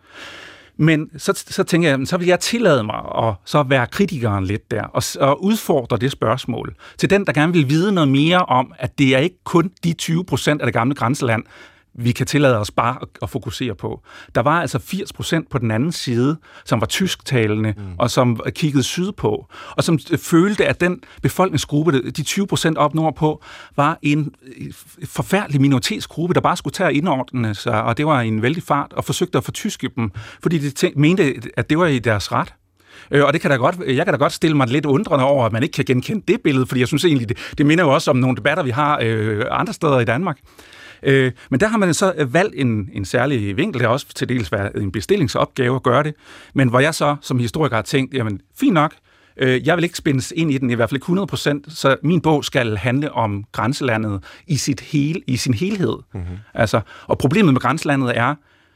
Men så tænker jeg, så vil jeg tillade mig at så være kritikeren lidt der, og udfordre det spørgsmål til den, der gerne vil vide noget mere om, at det er ikke kun de 20% af det gamle grænseland, vi kan tillade os bare at fokusere på. Der var altså 80% på den anden side, som var tysktalende, og som kiggede sydpå, og som følte, at den befolkningsgruppe, de 20% op nordpå, var en forfærdelig minoritetsgruppe, der bare skulle tage at indordne sig, og det var en vældig fart, og forsøgte at fortyske dem, fordi de mente, at det var i deres ret. Og jeg kan da godt stille mig lidt undrende over, at man ikke kan genkende det billede, fordi jeg synes egentlig, det minder jo også om nogle debatter, vi har andre steder i Danmark. Men der har man så valgt en særlig vinkel, det har også til dels været en bestillingsopgave at gøre det, men hvor jeg så som historiker har tænkt, jamen fint nok, jeg vil ikke spændes ind i den, i hvert fald ikke 100%, så min bog skal handle om grænselandet i sin helhed. Mm-hmm. Altså, og problemet med grænselandet er,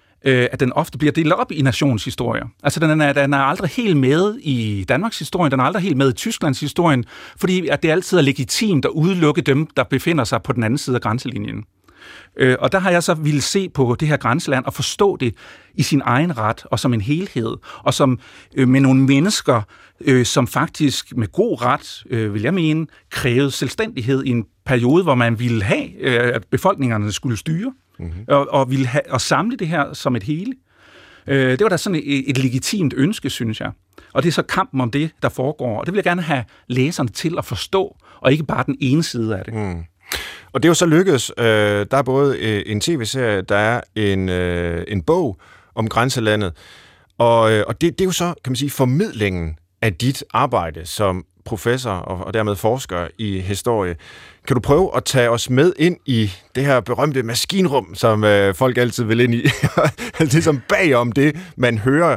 at den ofte bliver delt op i nationshistorier. Altså, den er aldrig helt med i Danmarks historie, den er aldrig helt med i Tysklands historien, fordi at det altid er legitimt at udelukke dem, der befinder sig på den anden side af grænselinjen. Og der har jeg så ville se på det her grænseland og forstå det i sin egen ret og som en helhed, og som med nogle mennesker, som faktisk med god ret, vil jeg mene, krævede selvstændighed i en periode, hvor man ville have, at befolkningerne skulle styre, og ville have, og samle det her som et hele. Det var da sådan et legitimt ønske, synes jeg. Og det er så kampen om det, der foregår, og det vil jeg gerne have læserne til at forstå, og ikke bare den ene side af det. Og det er jo så lykkedes. Der er både en tv-serie, der er en bog om grænselandet, og det er jo så, kan man sige, formidlingen af dit arbejde som professor og dermed forsker i historie. Kan du prøve at tage os med ind i det her berømte maskinrum, som folk altid vil ind i? Ligesom bagom det, man hører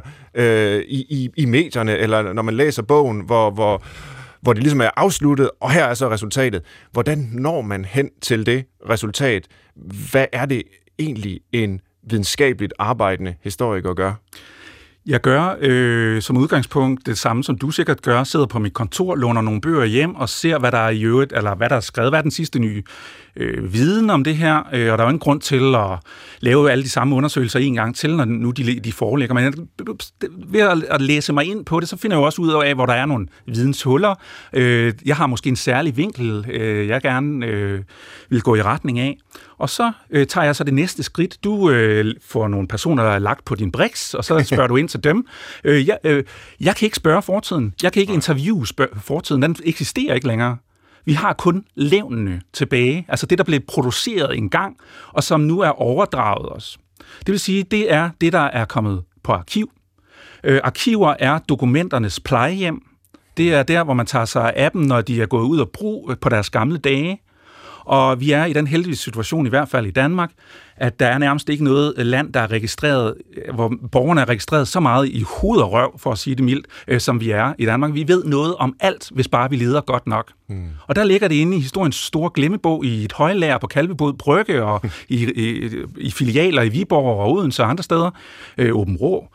i medierne, eller når man læser bogen, hvor det ligesom er afsluttet, og her er så resultatet. Hvordan når man hen til det resultat? Hvad er det egentlig en videnskabeligt arbejdende historiker gør? Jeg gør som udgangspunkt det samme, som du sikkert gør. Sidder på mit kontor, låner nogle bøger hjem og ser, hvad der er i øvrigt, eller hvad der er skrevet, hvad er den sidste nye viden om det her. Og der er jo ingen grund til at lave alle de samme undersøgelser en gang til, når nu de foreligger. Men ved at læse mig ind på det, så finder jeg jo også ud af, hvor der er nogle videnshuller. Jeg har måske en særlig vinkel, jeg gerne vil gå i retning af. Og så tager jeg så det næste skridt. Du får nogle personer, der er lagt på din briks, og så spørger du ind til dem. Jeg kan ikke spørge fortiden. Jeg kan ikke interviewe fortiden. Den eksisterer ikke længere. Vi har kun levnene tilbage. Altså det, der blev produceret engang, og som nu er overdraget os. Det vil sige, det er det, der er kommet på arkiv. Arkiver er dokumenternes plejehjem. Det er der, hvor man tager sig af dem, når de er gået ud og brug på deres gamle dage. Og vi er i den heldige situation, i hvert fald i Danmark, at der er nærmest ikke noget land, der er registreret, hvor borgerne er registreret så meget i hoved og røv, for at sige det mildt, som vi er i Danmark. Vi ved noget om alt, hvis bare vi leder godt nok. Og der ligger det inde i historiens store glemmebog i et højlager på Kalvebod Brygge og i filialer i Viborg og Odense og andre steder, Åben Rå.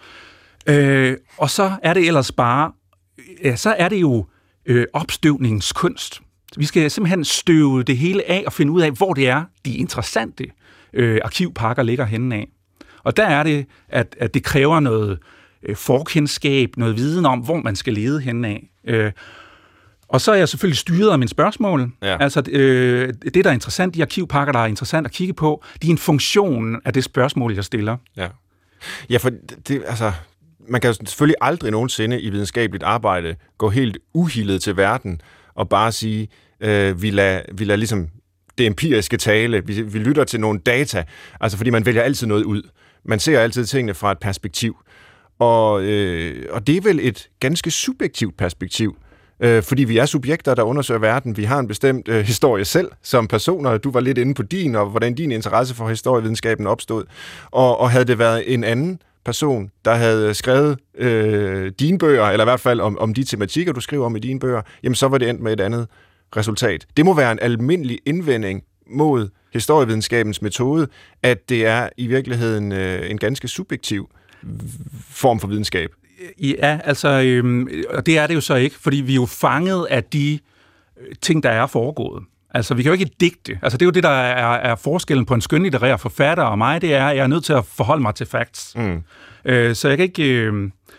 Og så er det ellers bare, så er det jo opstøvningens kunst. Vi skal simpelthen støve det hele af og finde ud af, hvor det er, de interessante arkivpakker ligger henne af. Og der er det, at det kræver noget forkendskab, noget viden om, hvor man skal lede henne af. Og så er jeg selvfølgelig styret af mine spørgsmål. Ja. Altså det, der er interessant, de arkivpakker, der er interessant at kigge på, de er en funktion af det spørgsmål, jeg stiller. Ja, for det, altså, man kan jo selvfølgelig aldrig nogensinde i videnskabeligt arbejde gå helt uhildet til verden og bare sige, vi lader ligesom det empiriske tale, vi lytter til nogle data, altså fordi man vælger altid noget ud. Man ser altid tingene fra et perspektiv. Og det er vel et ganske subjektivt perspektiv, fordi vi er subjekter, der undersøger verden. Vi har en bestemt historie selv som personer. Du var lidt inde på din, og hvordan din interesse for historievidenskaben opstod. Og havde det været en anden person, der havde skrevet dine bøger, eller i hvert fald om de tematikker, du skriver om i dine bøger, jamen så var det endt med et andet resultat. Det må være en almindelig indvending mod historievidenskabens metode, at det er i virkeligheden en ganske subjektiv form for videnskab. Ja, altså, og det er det jo så ikke, fordi vi er jo fanget af de ting, der er foregået. Altså, vi kan jo ikke digte. Altså, det er jo det, der er forskellen på en skønlitterær forfatter og mig, det er, at jeg er nødt til at forholde mig til facts. Så jeg kan ikke...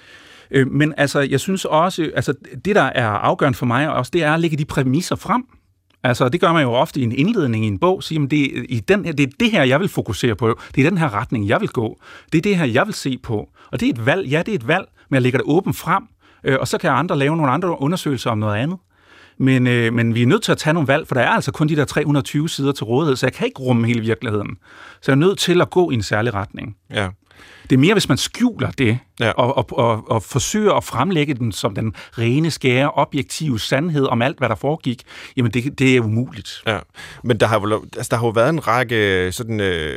Men altså, jeg synes også, altså, det, der er afgørende for mig også, det er at lægge de præmisser frem. Altså, det gør man jo ofte i en indledning i en bog, sige, det er det her, jeg vil fokusere på. Det er den her retning, jeg vil gå. Det er det her, jeg vil se på. Og det er et valg. Ja, det er et valg, men jeg lægger det åbent frem, og så kan andre lave nogle andre undersøgelser om noget andet. Men vi er nødt til at tage nogle valg, for der er altså kun de der 320 sider til rådighed, så jeg kan ikke rumme hele virkeligheden. Så jeg er nødt til at gå i en særlig retning. Ja. Det er mere, hvis man skjuler det, ja, og forsøger at fremlægge den som den rene, skære, objektive sandhed om alt, hvad der foregik, jamen det er umuligt. Ja. Men der har jo været en række sådan,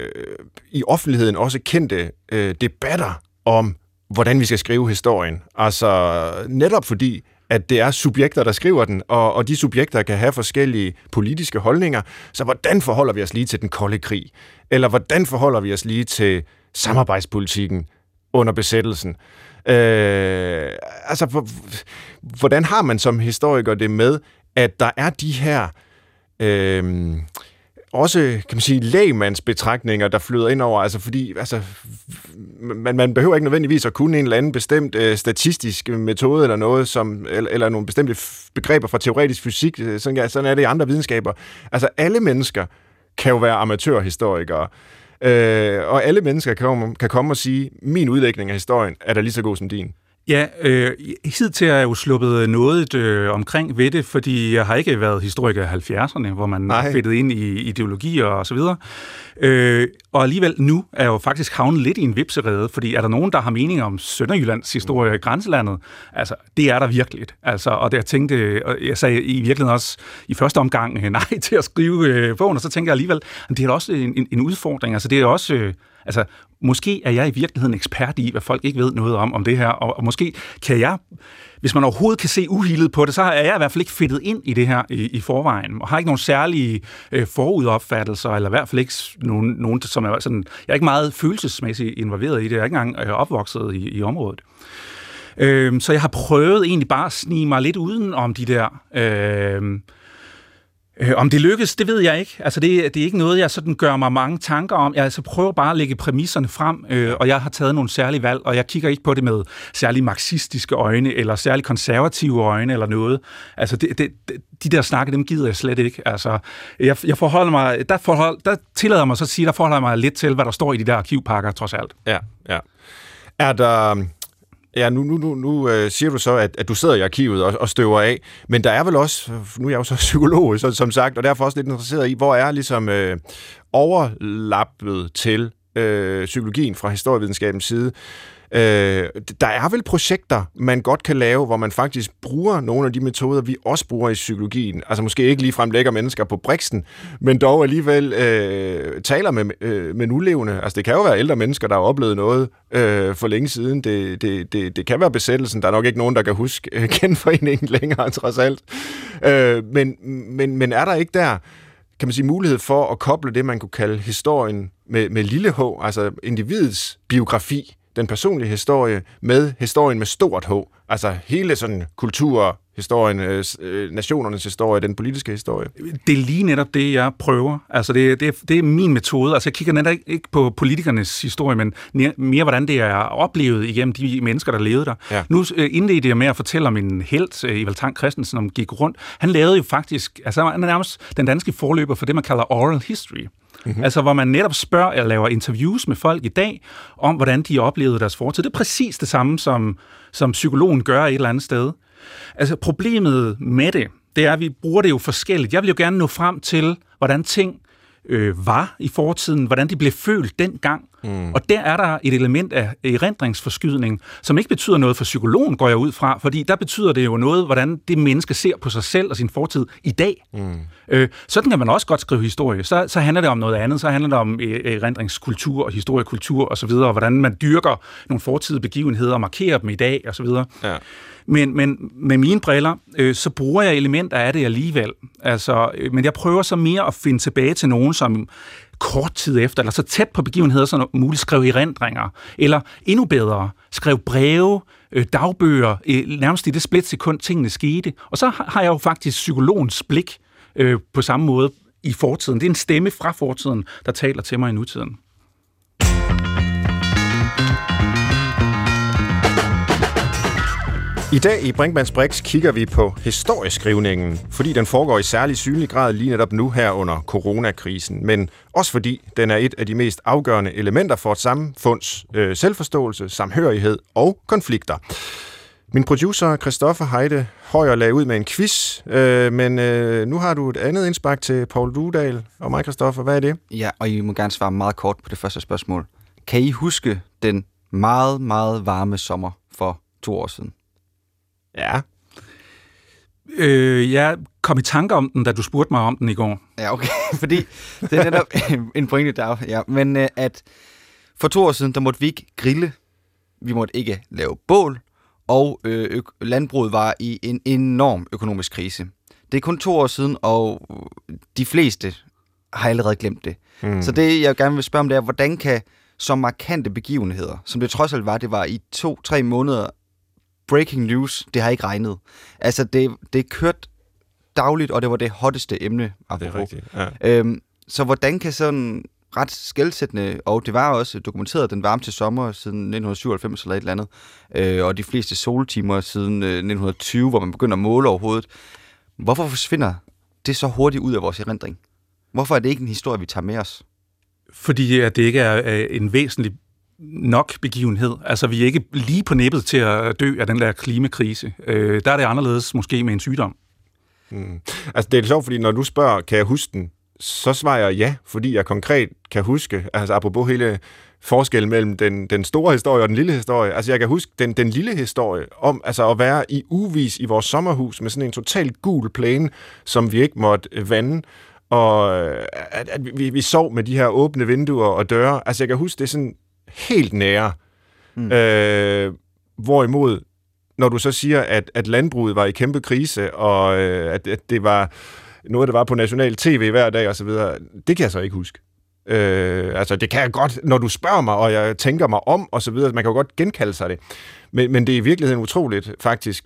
i offentligheden også kendte debatter om, hvordan vi skal skrive historien. Altså netop fordi, at det er subjekter, der skriver den, og de subjekter kan have forskellige politiske holdninger. Så hvordan forholder vi os lige til den kolde krig? Eller hvordan forholder vi os lige til samarbejdspolitikken under besættelsen? Altså, hvordan har man som historiker det med, at der er de her også, kan man sige, lægmandsbetragtninger, der flyder ind over, altså fordi, altså, man behøver ikke nødvendigvis at kunne en eller anden bestemt statistisk metode eller noget, eller nogle bestemte begreber fra teoretisk fysik, sådan er det i andre videnskaber. Altså, alle mennesker kan jo være amatørhistorikere, og alle mennesker kan komme og sige, min udlægning af historien er da lige så god som din. Ja, hidtil er jeg jo sluppet noget omkring ved det, fordi jeg har ikke været historiker i 70'erne, hvor man fedtede ind i ideologier og så videre. Og alligevel nu er jeg jo faktisk havnet lidt i en vipserede, fordi er der nogen, der har mening om Sønderjyllands historie i grænselandet? Altså, det er der virkelig. Altså, og det jeg sagde i virkeligheden også i første omgang nej til at skrive bogen, og så tænker jeg alligevel, at det er også en udfordring. Altså, det er også... Altså, måske er jeg i virkeligheden ekspert i, hvad folk ikke ved noget om det her, og måske kan jeg, hvis man overhovedet kan se uhildet på det, så er jeg i hvert fald ikke fedtet ind i det her i forvejen, og har ikke nogen særlige forudopfattelser, eller i hvert fald ikke nogen som er sådan, jeg er ikke meget følelsesmæssigt involveret i det, jeg er ikke engang opvokset i området. Så jeg har prøvet egentlig bare at snige mig lidt uden om de der... Om det lykkes, det ved jeg ikke. Altså, det er ikke noget, jeg sådan gør mig mange tanker om. Jeg prøver bare at lægge præmisserne frem, og jeg har taget nogle særlige valg, og jeg kigger ikke på det med særlig marxistiske øjne, eller særlig konservative øjne, eller noget. Altså, de der snakke, dem gider jeg slet ikke. Altså, jeg forholder mig, der tillader mig så at sige, der forholder mig lidt til, hvad der står i de der arkivpakker, trods alt. Ja. Er der... Ja, nu siger du så, at du sidder i arkivet og støver af, men der er vel også, nu er jeg jo så psykolog, som sagt, og derfor også lidt interesseret i, hvor er ligesom overlappet til psykologien fra historievidenskabens side. Der er vel projekter, man godt kan lave, hvor man faktisk bruger nogle af de metoder, vi også bruger i psykologien. Altså måske ikke ligefrem lægger mennesker på briksen, men dog alligevel taler med nulevende. Altså det kan jo være ældre mennesker, der har oplevet noget for længe siden. Det kan være besættelsen. Der er nok ikke nogen, der kan huske genforeningen længere, trods alt. Men er der ikke der, kan man sige, mulighed for at koble det, man kunne kalde historien med lille h, altså individets biografi, den personlige historie, med historien med stort H. Altså hele sådan kulturhistorien, nationernes historie, den politiske historie. Det er lige netop det, jeg prøver. Altså det er min metode. Altså jeg kigger netop ikke på politikernes historie, men mere hvordan det er oplevet igennem de mennesker, der levede der. Ja. Nu indledte jeg med at fortælle om en helt, Evald Tang Christensen, som gik rundt. Han lavede jo faktisk, altså han er nærmest den danske forløber for det, man kalder oral history. Mm-hmm. Altså, hvor man netop spørger eller laver interviews med folk i dag, om hvordan de oplevede deres fortid. Det er præcis det samme, som psykologen gør et eller andet sted. Altså, problemet med det er, at vi bruger det jo forskelligt. Jeg vil jo gerne nå frem til, hvordan ting var i fortiden, hvordan de blev følt dengang. Mm. Og der er der et element af erindringsforskydning, som ikke betyder noget for psykologen, går jeg ud fra, fordi der betyder det jo noget, hvordan det menneske ser på sig selv og sin fortid i dag. Mm. Sådan kan man også godt skrive historie. Så handler det om noget andet. Så handler det om erindringskultur og historiekultur osv., og hvordan man dyrker nogle fortidige begivenheder og markerer dem i dag osv. Ja. Men med mine briller, så bruger jeg elementer af det alligevel. Altså, men jeg prøver så mere at finde tilbage til nogen, som kort tid efter, eller så tæt på begivenheder som muligt, skrev erindringer, eller endnu bedre, skrev breve, dagbøger, nærmest i det splitsekund, tingene skete. Og så har jeg jo faktisk psykologens blik på samme måde i fortiden. Det er en stemme fra fortiden, der taler til mig i nutiden. I dag i Brinkmanns Brix kigger vi på historieskrivningen, fordi den foregår i særlig synlig grad lige netop nu her under coronakrisen, men også fordi den er et af de mest afgørende elementer for et samfunds selvforståelse, samhørighed og konflikter. Min producer Christoffer Heide Højer lagde ud med en quiz, men nu har du et andet indspark til Poul Duedal og mig, Christoffer. Hvad er det? Ja, og I må gerne svare meget kort på det første spørgsmål. Kan I huske den meget, meget varme sommer for 2 år siden? Ja. Jeg kom i tanker om den, da du spurgte mig om den i går. Ja, okay, fordi det er netop en pointe der. Ja, men at for 2 år siden, der måtte vi ikke grille, vi måtte ikke lave bål, og landbruget var i en enorm økonomisk krise. Det er kun 2 år siden, og de fleste har allerede glemt det. Mm. Så det, jeg gerne vil spørge om, det er, hvordan kan så markante begivenheder, som det trods alt var, det var i 2-3 måneder, breaking news, det har ikke regnet. Altså, det kørt dagligt, og det var det hotteste emne. Det er rigtigt, ja. Så hvordan kan sådan ret skelsættende, og det var også dokumenteret den varmeste sommer siden 1997 eller et eller andet, og de fleste soltimer siden 1920, hvor man begynder at måle overhovedet. Hvorfor forsvinder det så hurtigt ud af vores erindring? Hvorfor er det ikke en historie, vi tager med os? Fordi at det ikke er en væsentlig nok begivenhed. Altså, vi er ikke lige på nippet til at dø af den der klimakrise. Der er det anderledes måske med en sygdom. Altså, det er sjovt, fordi når du spørger, kan jeg huske den, så svarer jeg ja, fordi jeg konkret kan huske, altså apropos hele forskellen mellem den store historie og den lille historie. Altså, jeg kan huske den lille historie om altså at være i ugevis i vores sommerhus med sådan en totalt gul plæne, som vi ikke måtte vande, og at vi sov med de her åbne vinduer og døre. Altså, jeg kan huske det sådan helt nære. Hvorimod, når du så siger, at landbruget var i kæmpe krise, og at det var noget, der var på national tv hver dag osv., det kan jeg så ikke huske. Altså, det kan jeg godt, når du spørger mig, og jeg tænker mig om, og så videre. Man kan jo godt genkalde sig det. Men det er i virkeligheden utroligt, faktisk,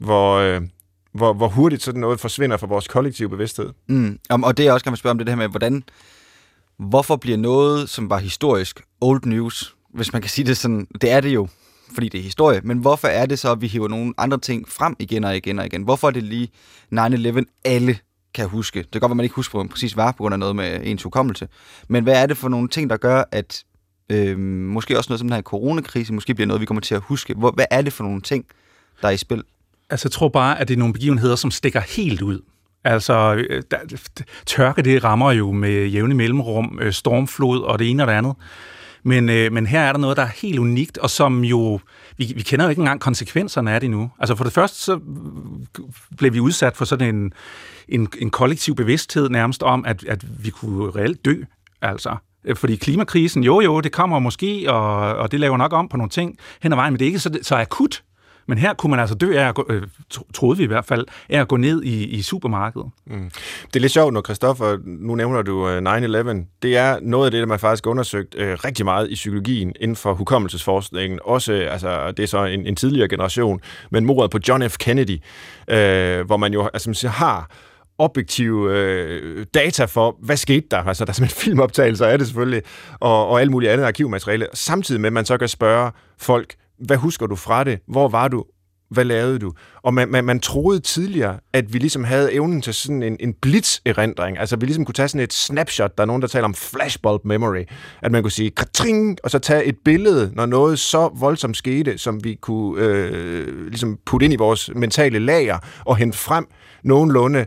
hvor hurtigt sådan noget forsvinder fra vores kollektive bevidsthed. Og det jeg også kan spørge om, det her med, hvorfor bliver noget, som var historisk, old news, hvis man kan sige det sådan, det er det jo, fordi det er historie, men hvorfor er det så, at vi hiver nogle andre ting frem igen og igen og igen? Hvorfor er det lige 9/11, alle kan huske? Det kan godt være, man ikke husker, hvor man præcis var, på grund af noget med ens hukommelse. Men hvad er det for nogle ting, der gør, at måske også noget som den her coronakrise, måske bliver noget, vi kommer til at huske? Hvad er det for nogle ting, der er i spil? Altså, jeg tror bare, at det er nogle begivenheder, som stikker helt ud. Altså, tørke, det rammer jo med jævne mellemrum, stormflod og det ene og det andet. Men her er der noget, der er helt unikt, og som jo, vi kender jo ikke engang konsekvenserne af det nu. Altså for det første, så blev vi udsat for sådan en kollektiv bevidsthed nærmest om, at vi kunne reelt dø, altså. Fordi klimakrisen, jo, det kommer måske, og det laver nok om på nogle ting hen ad vejen, men det er ikke så akut. Men her kunne man altså dø af, troede vi i hvert fald, af at gå ned i supermarkedet. Det er lidt sjovt, når Christoffer, nu nævner du 9/11, det er noget af det, der man faktisk har undersøgt rigtig meget i psykologien inden for hukommelsesforskningen. Også, altså, det er så en tidligere generation, men mordet på John F. Kennedy, hvor man jo altså, har objektive data for, hvad skete der? Altså, der er simpelthen filmoptagelser af det selvfølgelig, og alt muligt andet arkivmateriale. Samtidig med, at man så kan spørge folk, hvad husker du fra det? Hvor var du? Hvad lavede du? Og man troede tidligere, at vi ligesom havde evnen til sådan en blitz-erindring. Altså, vi ligesom kunne tage sådan et snapshot. Der er nogen, der taler om flashbulb memory. At man kunne sige, katring, og så tage et billede, når noget så voldsomt skete, som vi kunne ligesom putte ind i vores mentale lager og hente frem nogenlunde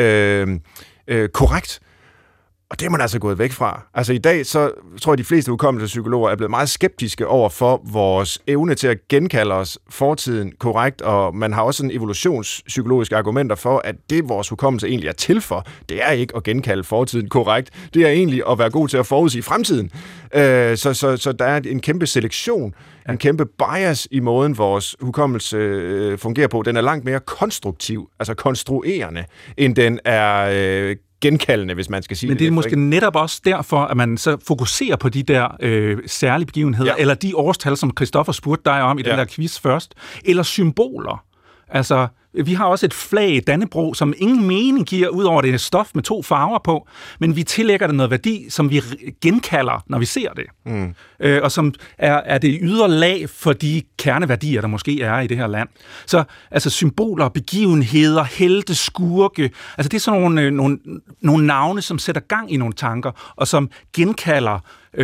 korrekt. Og det er man altså gået væk fra. Altså i dag, så tror jeg, de fleste hukommelsespsykologer er blevet meget skeptiske over for vores evne til at genkalde os fortiden korrekt, og man har også sådan evolutionspsykologiske argumenter for, at det vores hukommelse egentlig er til for, det er ikke at genkalde fortiden korrekt. Det er egentlig at være god til at forudsige fremtiden. Så der er en kæmpe selektion, en kæmpe bias i måden, vores hukommelse fungerer på. Den er langt mere konstruktiv, altså konstruerende, end den er genkaldende, hvis man skal sige det. Men det er måske netop også derfor, at man så fokuserer på de der særlige begivenheder, eller de årstal, som Christoffer spurgte dig om i den der quiz først, eller symboler. Altså, vi har også et flag, Dannebrog, som ingen mening giver, ud over det er stof med 2 farver på, men vi tillægger det noget værdi, som vi genkalder, når vi ser det. Og som er det ydre lag for de kerneværdier, der måske er i det her land. Så altså symboler, begivenheder, helte, skurke, altså det er sådan nogle navne, som sætter gang i nogle tanker, og som genkalder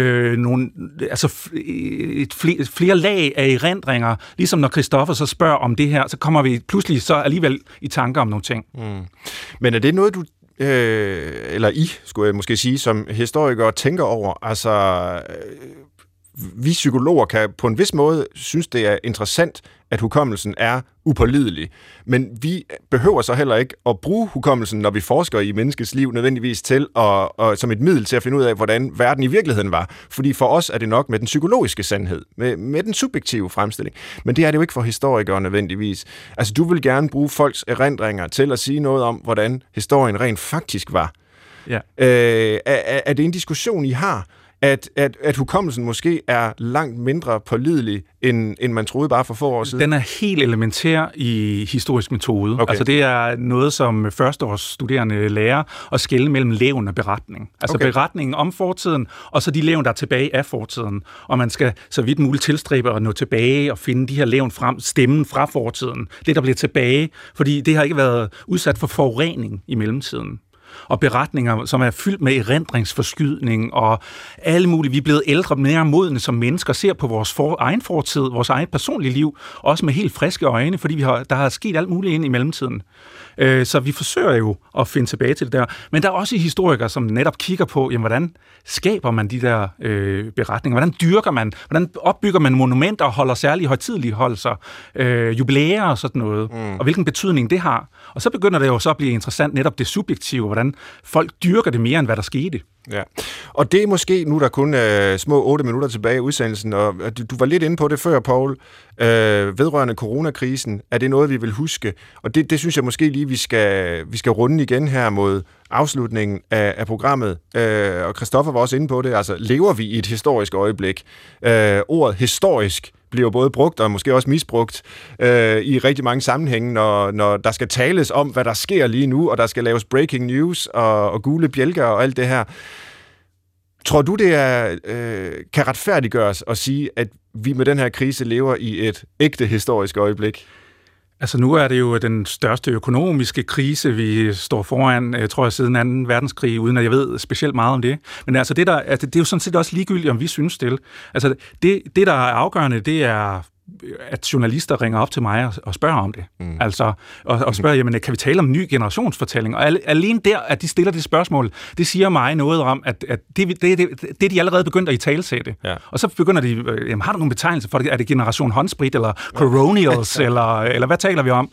flere lag af erindringer, ligesom når Christoffer så spørger om det her, så kommer vi pludselig så alligevel i tanker om nogle ting. Men er det noget, du eller I, skulle jeg måske sige, som historikere tænker over? Altså, vi psykologer kan på en vis måde synes, det er interessant, at hukommelsen er upålidelig. Men vi behøver så heller ikke at bruge hukommelsen, når vi forsker i menneskets liv, nødvendigvis til og som et middel til at finde ud af, hvordan verden i virkeligheden var. Fordi for os er det nok med den psykologiske sandhed, med den subjektive fremstilling. Men det er det jo ikke for historikere nødvendigvis. Altså, du vil gerne bruge folks erindringer til at sige noget om, hvordan historien rent faktisk var. Ja. Er det en diskussion, I har? At hukommelsen måske er langt mindre pålidelig, end man troede bare for få år siden? Den er helt elementær i historisk metode. Okay. Altså det er noget, som førsteårsstuderende lærer at skelne mellem levn og beretning. Altså beretningen om fortiden, og så de levn, der er tilbage af fortiden. Og man skal så vidt muligt tilstræbe at nå tilbage og finde de her levn frem, stemmen fra fortiden. Det, der bliver tilbage, fordi det har ikke været udsat for forurening i mellemtiden. og beretninger, som er fyldt med erindringsforskydning og alle mulige. Vi er blevet ældre, mere modne som mennesker, ser på vores egen fortid, vores eget personlige liv, også med helt friske øjne, fordi der har sket alt muligt ind i mellemtiden. Så vi forsøger jo at finde tilbage til det der. Men der er også historikere, som netop kigger på, jamen, hvordan skaber man de der beretninger? Hvordan dyrker man? Hvordan opbygger man monumenter og holder særlige højtideligholdelser, jubilæer og sådan noget? Og hvilken betydning det har? Og så begynder det jo så at blive interessant netop det subjektive, hvordan folk dyrker det mere, end hvad der skete. Ja, og det er måske, nu der kun små 8 minutter tilbage i udsendelsen, og du var lidt inde på det før, Poul, vedrørende coronakrisen, er det noget, vi vil huske? Og det synes jeg måske lige, vi skal runde igen her mod afslutningen af programmet. Og Christoffer var også inde på det, altså lever vi i et historisk øjeblik? Ordet historisk bliver både brugt og måske også misbrugt i rigtig mange sammenhænge, når der skal tales om, hvad der sker lige nu, og der skal laves breaking news og gule bjælker og alt det her. Tror du, det kan retfærdiggøres at sige, at vi med den her krise lever i et ægte historisk øjeblik? Altså nu er det jo den største økonomiske krise, vi står foran, tror jeg, siden 2. verdenskrig, uden at jeg ved specielt meget om det. Men altså det er jo sådan set også ligegyldigt, om vi synes det. Altså det, der er afgørende, det er, at journalister ringer op til mig og spørger om det. Altså, og spørger, jamen, kan vi tale om en ny generationsfortælling? Og alene der, at de stiller det spørgsmål, det siger mig noget om, at det de allerede begyndt at italesætte. Ja. Og så begynder de, jamen, har du nogle betegnelser for det? Er det generation håndsprit, eller colonials, eller hvad taler vi om?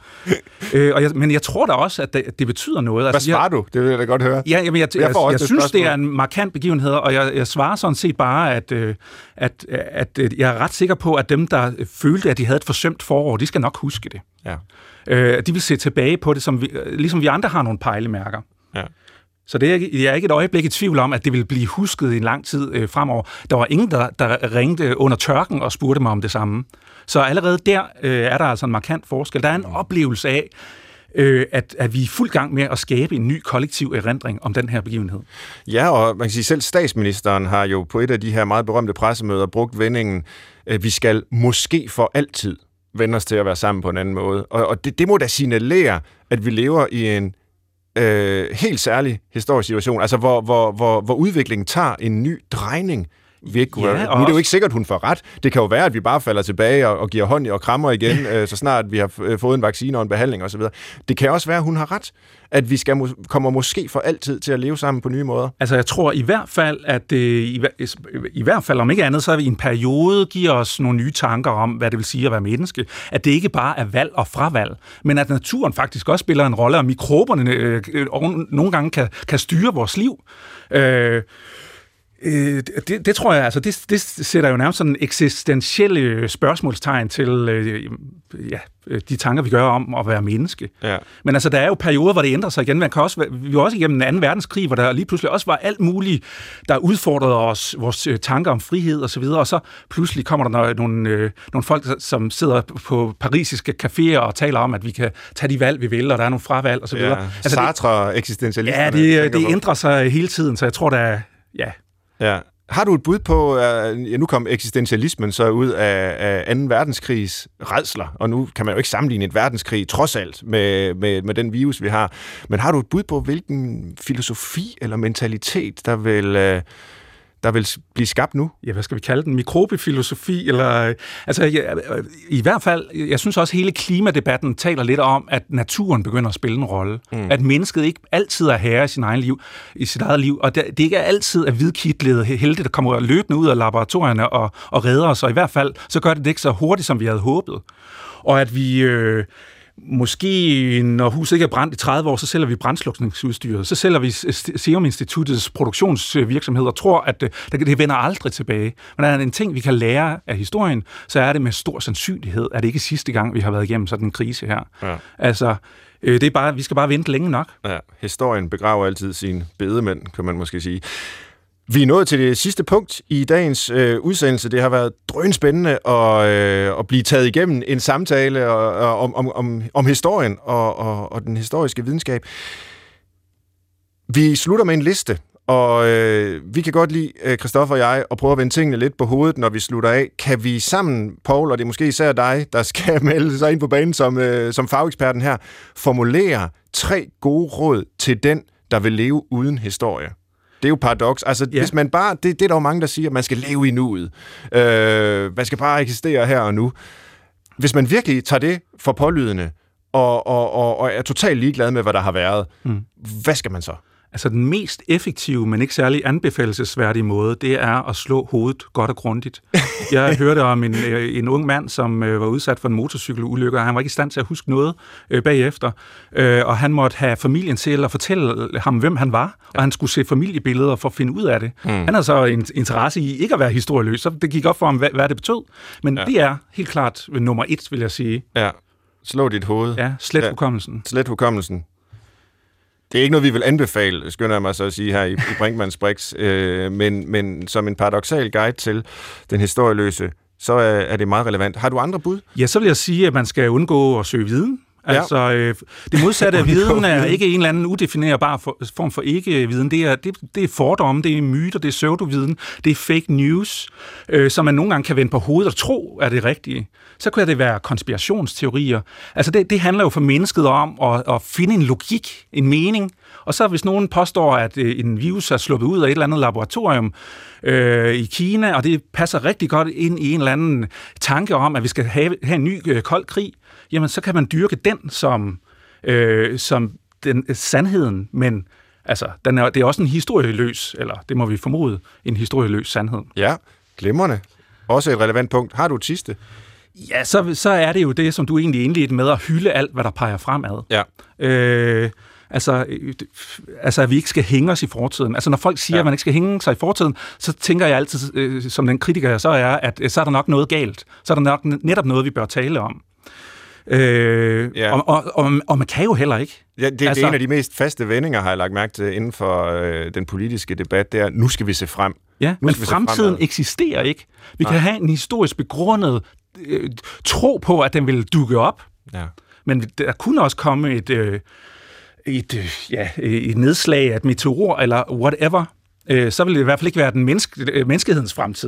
Men jeg tror da også, at det betyder noget. Hvad svarer du? Det vil jeg da godt høre. Ja, jamen, jeg synes, det er en markant begivenhed, og jeg svarer sådan set bare, at jeg er ret sikker på, at dem, der følte, at de havde et forsømt forår, de skal nok huske det. Ja. De vil se tilbage på det, ligesom vi andre har nogle pejlemærker. Ja. Så jeg er ikke et øjeblik i tvivl om, at det vil blive husket i en lang tid fremover. Der var ingen, der ringte under tørken og spurgte mig om det samme. Så allerede der er der altså en markant forskel. Der er en oplevelse af, at vi er i fuld gang med at skabe en ny kollektiv erindring om den her begivenhed. Ja, og man kan sige, selv statsministeren har jo på et af de her meget berømte pressemøder brugt vendingen, vi skal måske for altid vende os til at være sammen på en anden måde. Og det må da signalere, at vi lever i en helt særlig historisk situation, altså hvor udviklingen tager en ny drejning. Nu er det jo ikke sikkert, hun får ret. Det kan jo være, at vi bare falder tilbage og giver hånd og krammer igen, så snart vi har fået en vaccine og en behandling osv. Det kan også være, at hun har ret, at vi kommer måske for altid til at leve sammen på nye måder. Altså jeg tror i hvert fald, at i hvert fald om ikke andet, så er vi i en periode giver os nogle nye tanker om, hvad det vil sige at være menneske. At det ikke bare er valg og fravalg, men at naturen faktisk også spiller en rolle, og mikroberne nogle gange kan styre vores liv. Det tror jeg, altså det sætter jo nærmest sådan eksistentielle spørgsmålstegn til de tanker, vi gør om at være menneske. Ja. Men altså, der er jo perioder, hvor det ændrer sig igen. Vi var også igennem 2. verdenskrig, hvor der lige pludselig også var alt muligt, der udfordrede os, vores tanker om frihed og så videre, og så pludselig kommer der nogle folk, som sidder på parisiske caféer og taler om, at vi kan tage de valg, vi vil, og der er nogle fravalg og så videre. Ja. Altså, Sartre, eksistentialisterne. Ja, det ændrer sig hele tiden, så jeg tror, der er... Ja. Har du et bud på, nu kom eksistentialismen så ud af 2. verdenskrigs rædsler, og nu kan man jo ikke sammenligne et verdenskrig trods alt med den virus, vi har, men har du et bud på, hvilken filosofi eller mentalitet, der vil blive skabt nu? Ja, hvad skal vi kalde den? Mikrobefilosofi? Eller, altså, i hvert fald, jeg synes også, at hele klimadebatten taler lidt om, at naturen begynder at spille en rolle. At mennesket ikke altid er herre i sit eget liv, og det ikke er altid er hvidkitlede helte, der kommer løbende ud af laboratorierne og redder os, og i hvert fald, så gør det ikke så hurtigt, som vi havde håbet. Og at vi... Måske, når huset ikke er brændt i 30 år, så sælger vi brandslukningsudstyret. Så sælger vi Serum Instituttets produktionsvirksomhed og tror, at det vender aldrig tilbage. Men der er en ting, vi kan lære af historien, så er det med stor sandsynlighed, at det ikke er sidste gang, vi har været igennem sådan en krise her. Ja. Altså, det er bare, vi skal bare vente længe nok. Ja, historien begraver altid sine bedemænd, kan man måske sige. Vi er nået til det sidste punkt i dagens udsendelse. Det har været drønspændende at blive taget igennem en samtale om historien og den historiske videnskab. Vi slutter med en liste, og vi kan godt lide, Christoffer og jeg, at prøve at vende tingene lidt på hovedet, når vi slutter af. Kan vi sammen, Poul, og det er måske især dig, der skal melde sig ind på banen som fageksperten her, formulere 3 gode råd til den, der vil leve uden historie. Det er jo paradoks. Altså, hvis man bare... Det er der jo mange, der siger, at man skal leve i nuet. Man skal bare eksistere her og nu. Hvis man virkelig tager det for pålydende, og er totalt ligeglad med, hvad der har været, hvad skal man så? Altså den mest effektive, men ikke særlig anbefalelsesværdige måde, det er at slå hovedet godt og grundigt. Jeg hørte om en ung mand, som var udsat for en motorcykelulykke, og han var ikke i stand til at huske noget bagefter. Og han måtte have familien til at fortælle ham, hvem han var, og han skulle se familiebilleder for at finde ud af det. Han havde så en interesse i ikke at være historieløs, så det gik op for ham, hvad det betød. Men det er helt klart nummer 1, vil jeg sige. Ja, slå dit hoved. Ja, slet hukommelsen. Slet hukommelsen. Det er ikke noget, vi vil anbefale, skynder jeg mig så at sige her i Brinkmanns Brix, men som en paradoksal guide til den historieløse, så er det meget relevant. Har du andre bud? Ja, så vil jeg sige, at man skal undgå at søge viden. Altså, det modsatte af viden er ikke en eller anden udefinerbar form for ikke-viden. Det er fordomme, det er myter, det er pseudoviden, det er fake news, som man nogle gange kan vende på hovedet og tro er det rigtige. Så kan det være konspirationsteorier. Altså, det handler jo for mennesket om at finde en logik, en mening. Og så hvis nogen påstår, at en virus er sluppet ud af et eller andet laboratorium i Kina, og det passer rigtig godt ind i en eller anden tanke om, at vi skal have en ny kold krig, jamen så kan man dyrke den som den sandheden, men altså, det er også en historieløs, eller det må vi formode, en historieløs sandhed. Ja, glimrende. Også et relevant punkt. Har du et sidste? Ja, så er det jo det, som du egentlig indledte med at hylde alt, hvad der peger fremad. Ja. Altså, at vi ikke skal hænge os i fortiden. Altså, når folk siger, at man ikke skal hænge sig i fortiden, så tænker jeg altid, som den kritiker så er, at så er der nok noget galt. Så er der nok netop noget, vi bør tale om. Og man kan jo heller ikke. Ja, det er en af de mest faste vendinger, har jeg lagt mærke til inden for den politiske debat, det er, nu skal vi se frem. Ja, men fremtiden eksisterer ikke. Vi kan have en historisk begrundet tro på, at den vil dukke op. Ja. Men der kunne også komme et nedslag af et meteor, eller whatever. Så vil det i hvert fald ikke være den menneskehedens fremtid.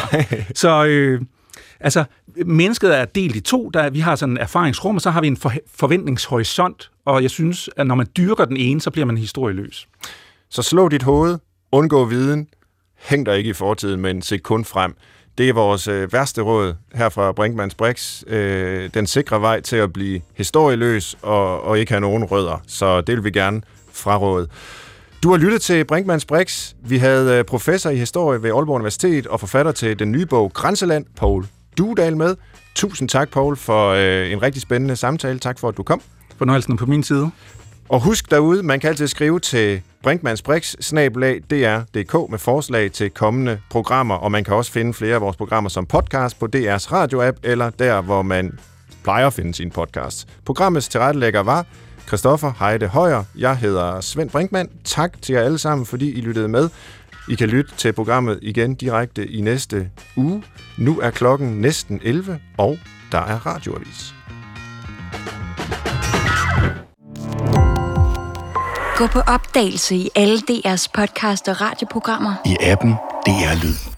Altså. Mennesket er delt i to. Vi har sådan en erfaringsrum, og så har vi en forventningshorisont, og jeg synes, at når man dyrker den ene, så bliver man historieløs. Så slå dit hoved, undgå viden, hæng dig ikke i fortiden, men se kun frem. Det er vores værste råd her fra Brinkmanns Brix. Den sikre vej til at blive historieløs og ikke have nogen rødder. Så det vil vi gerne fraråde. Du har lyttet til Brinkmanns Brix. Vi havde professor i historie ved Aalborg Universitet og forfatter til den nye bog Grænseland, Poul Duedal med. Tusind tak, Poul, for en rigtig spændende samtale. Tak for, at du kom. Fornøjelsen på min side. Og husk derude, man kan altid skrive til brinkmannsbrix@dr.dk med forslag til kommende programmer, og man kan også finde flere af vores programmer som podcast på DR's radio-app, eller der, hvor man plejer at finde sine podcasts. Programmets tilrettelægger var Christoffer Heide Højer. Jeg hedder Svend Brinkmann. Tak til jer alle sammen, fordi I lyttede med. I kan lytte til programmet igen direkte i næste uge. Nu er klokken næsten 11, og der er radioavis. Gå på opdagelse i alle DR's podcast og radioprogrammer. I appen DR Lyd.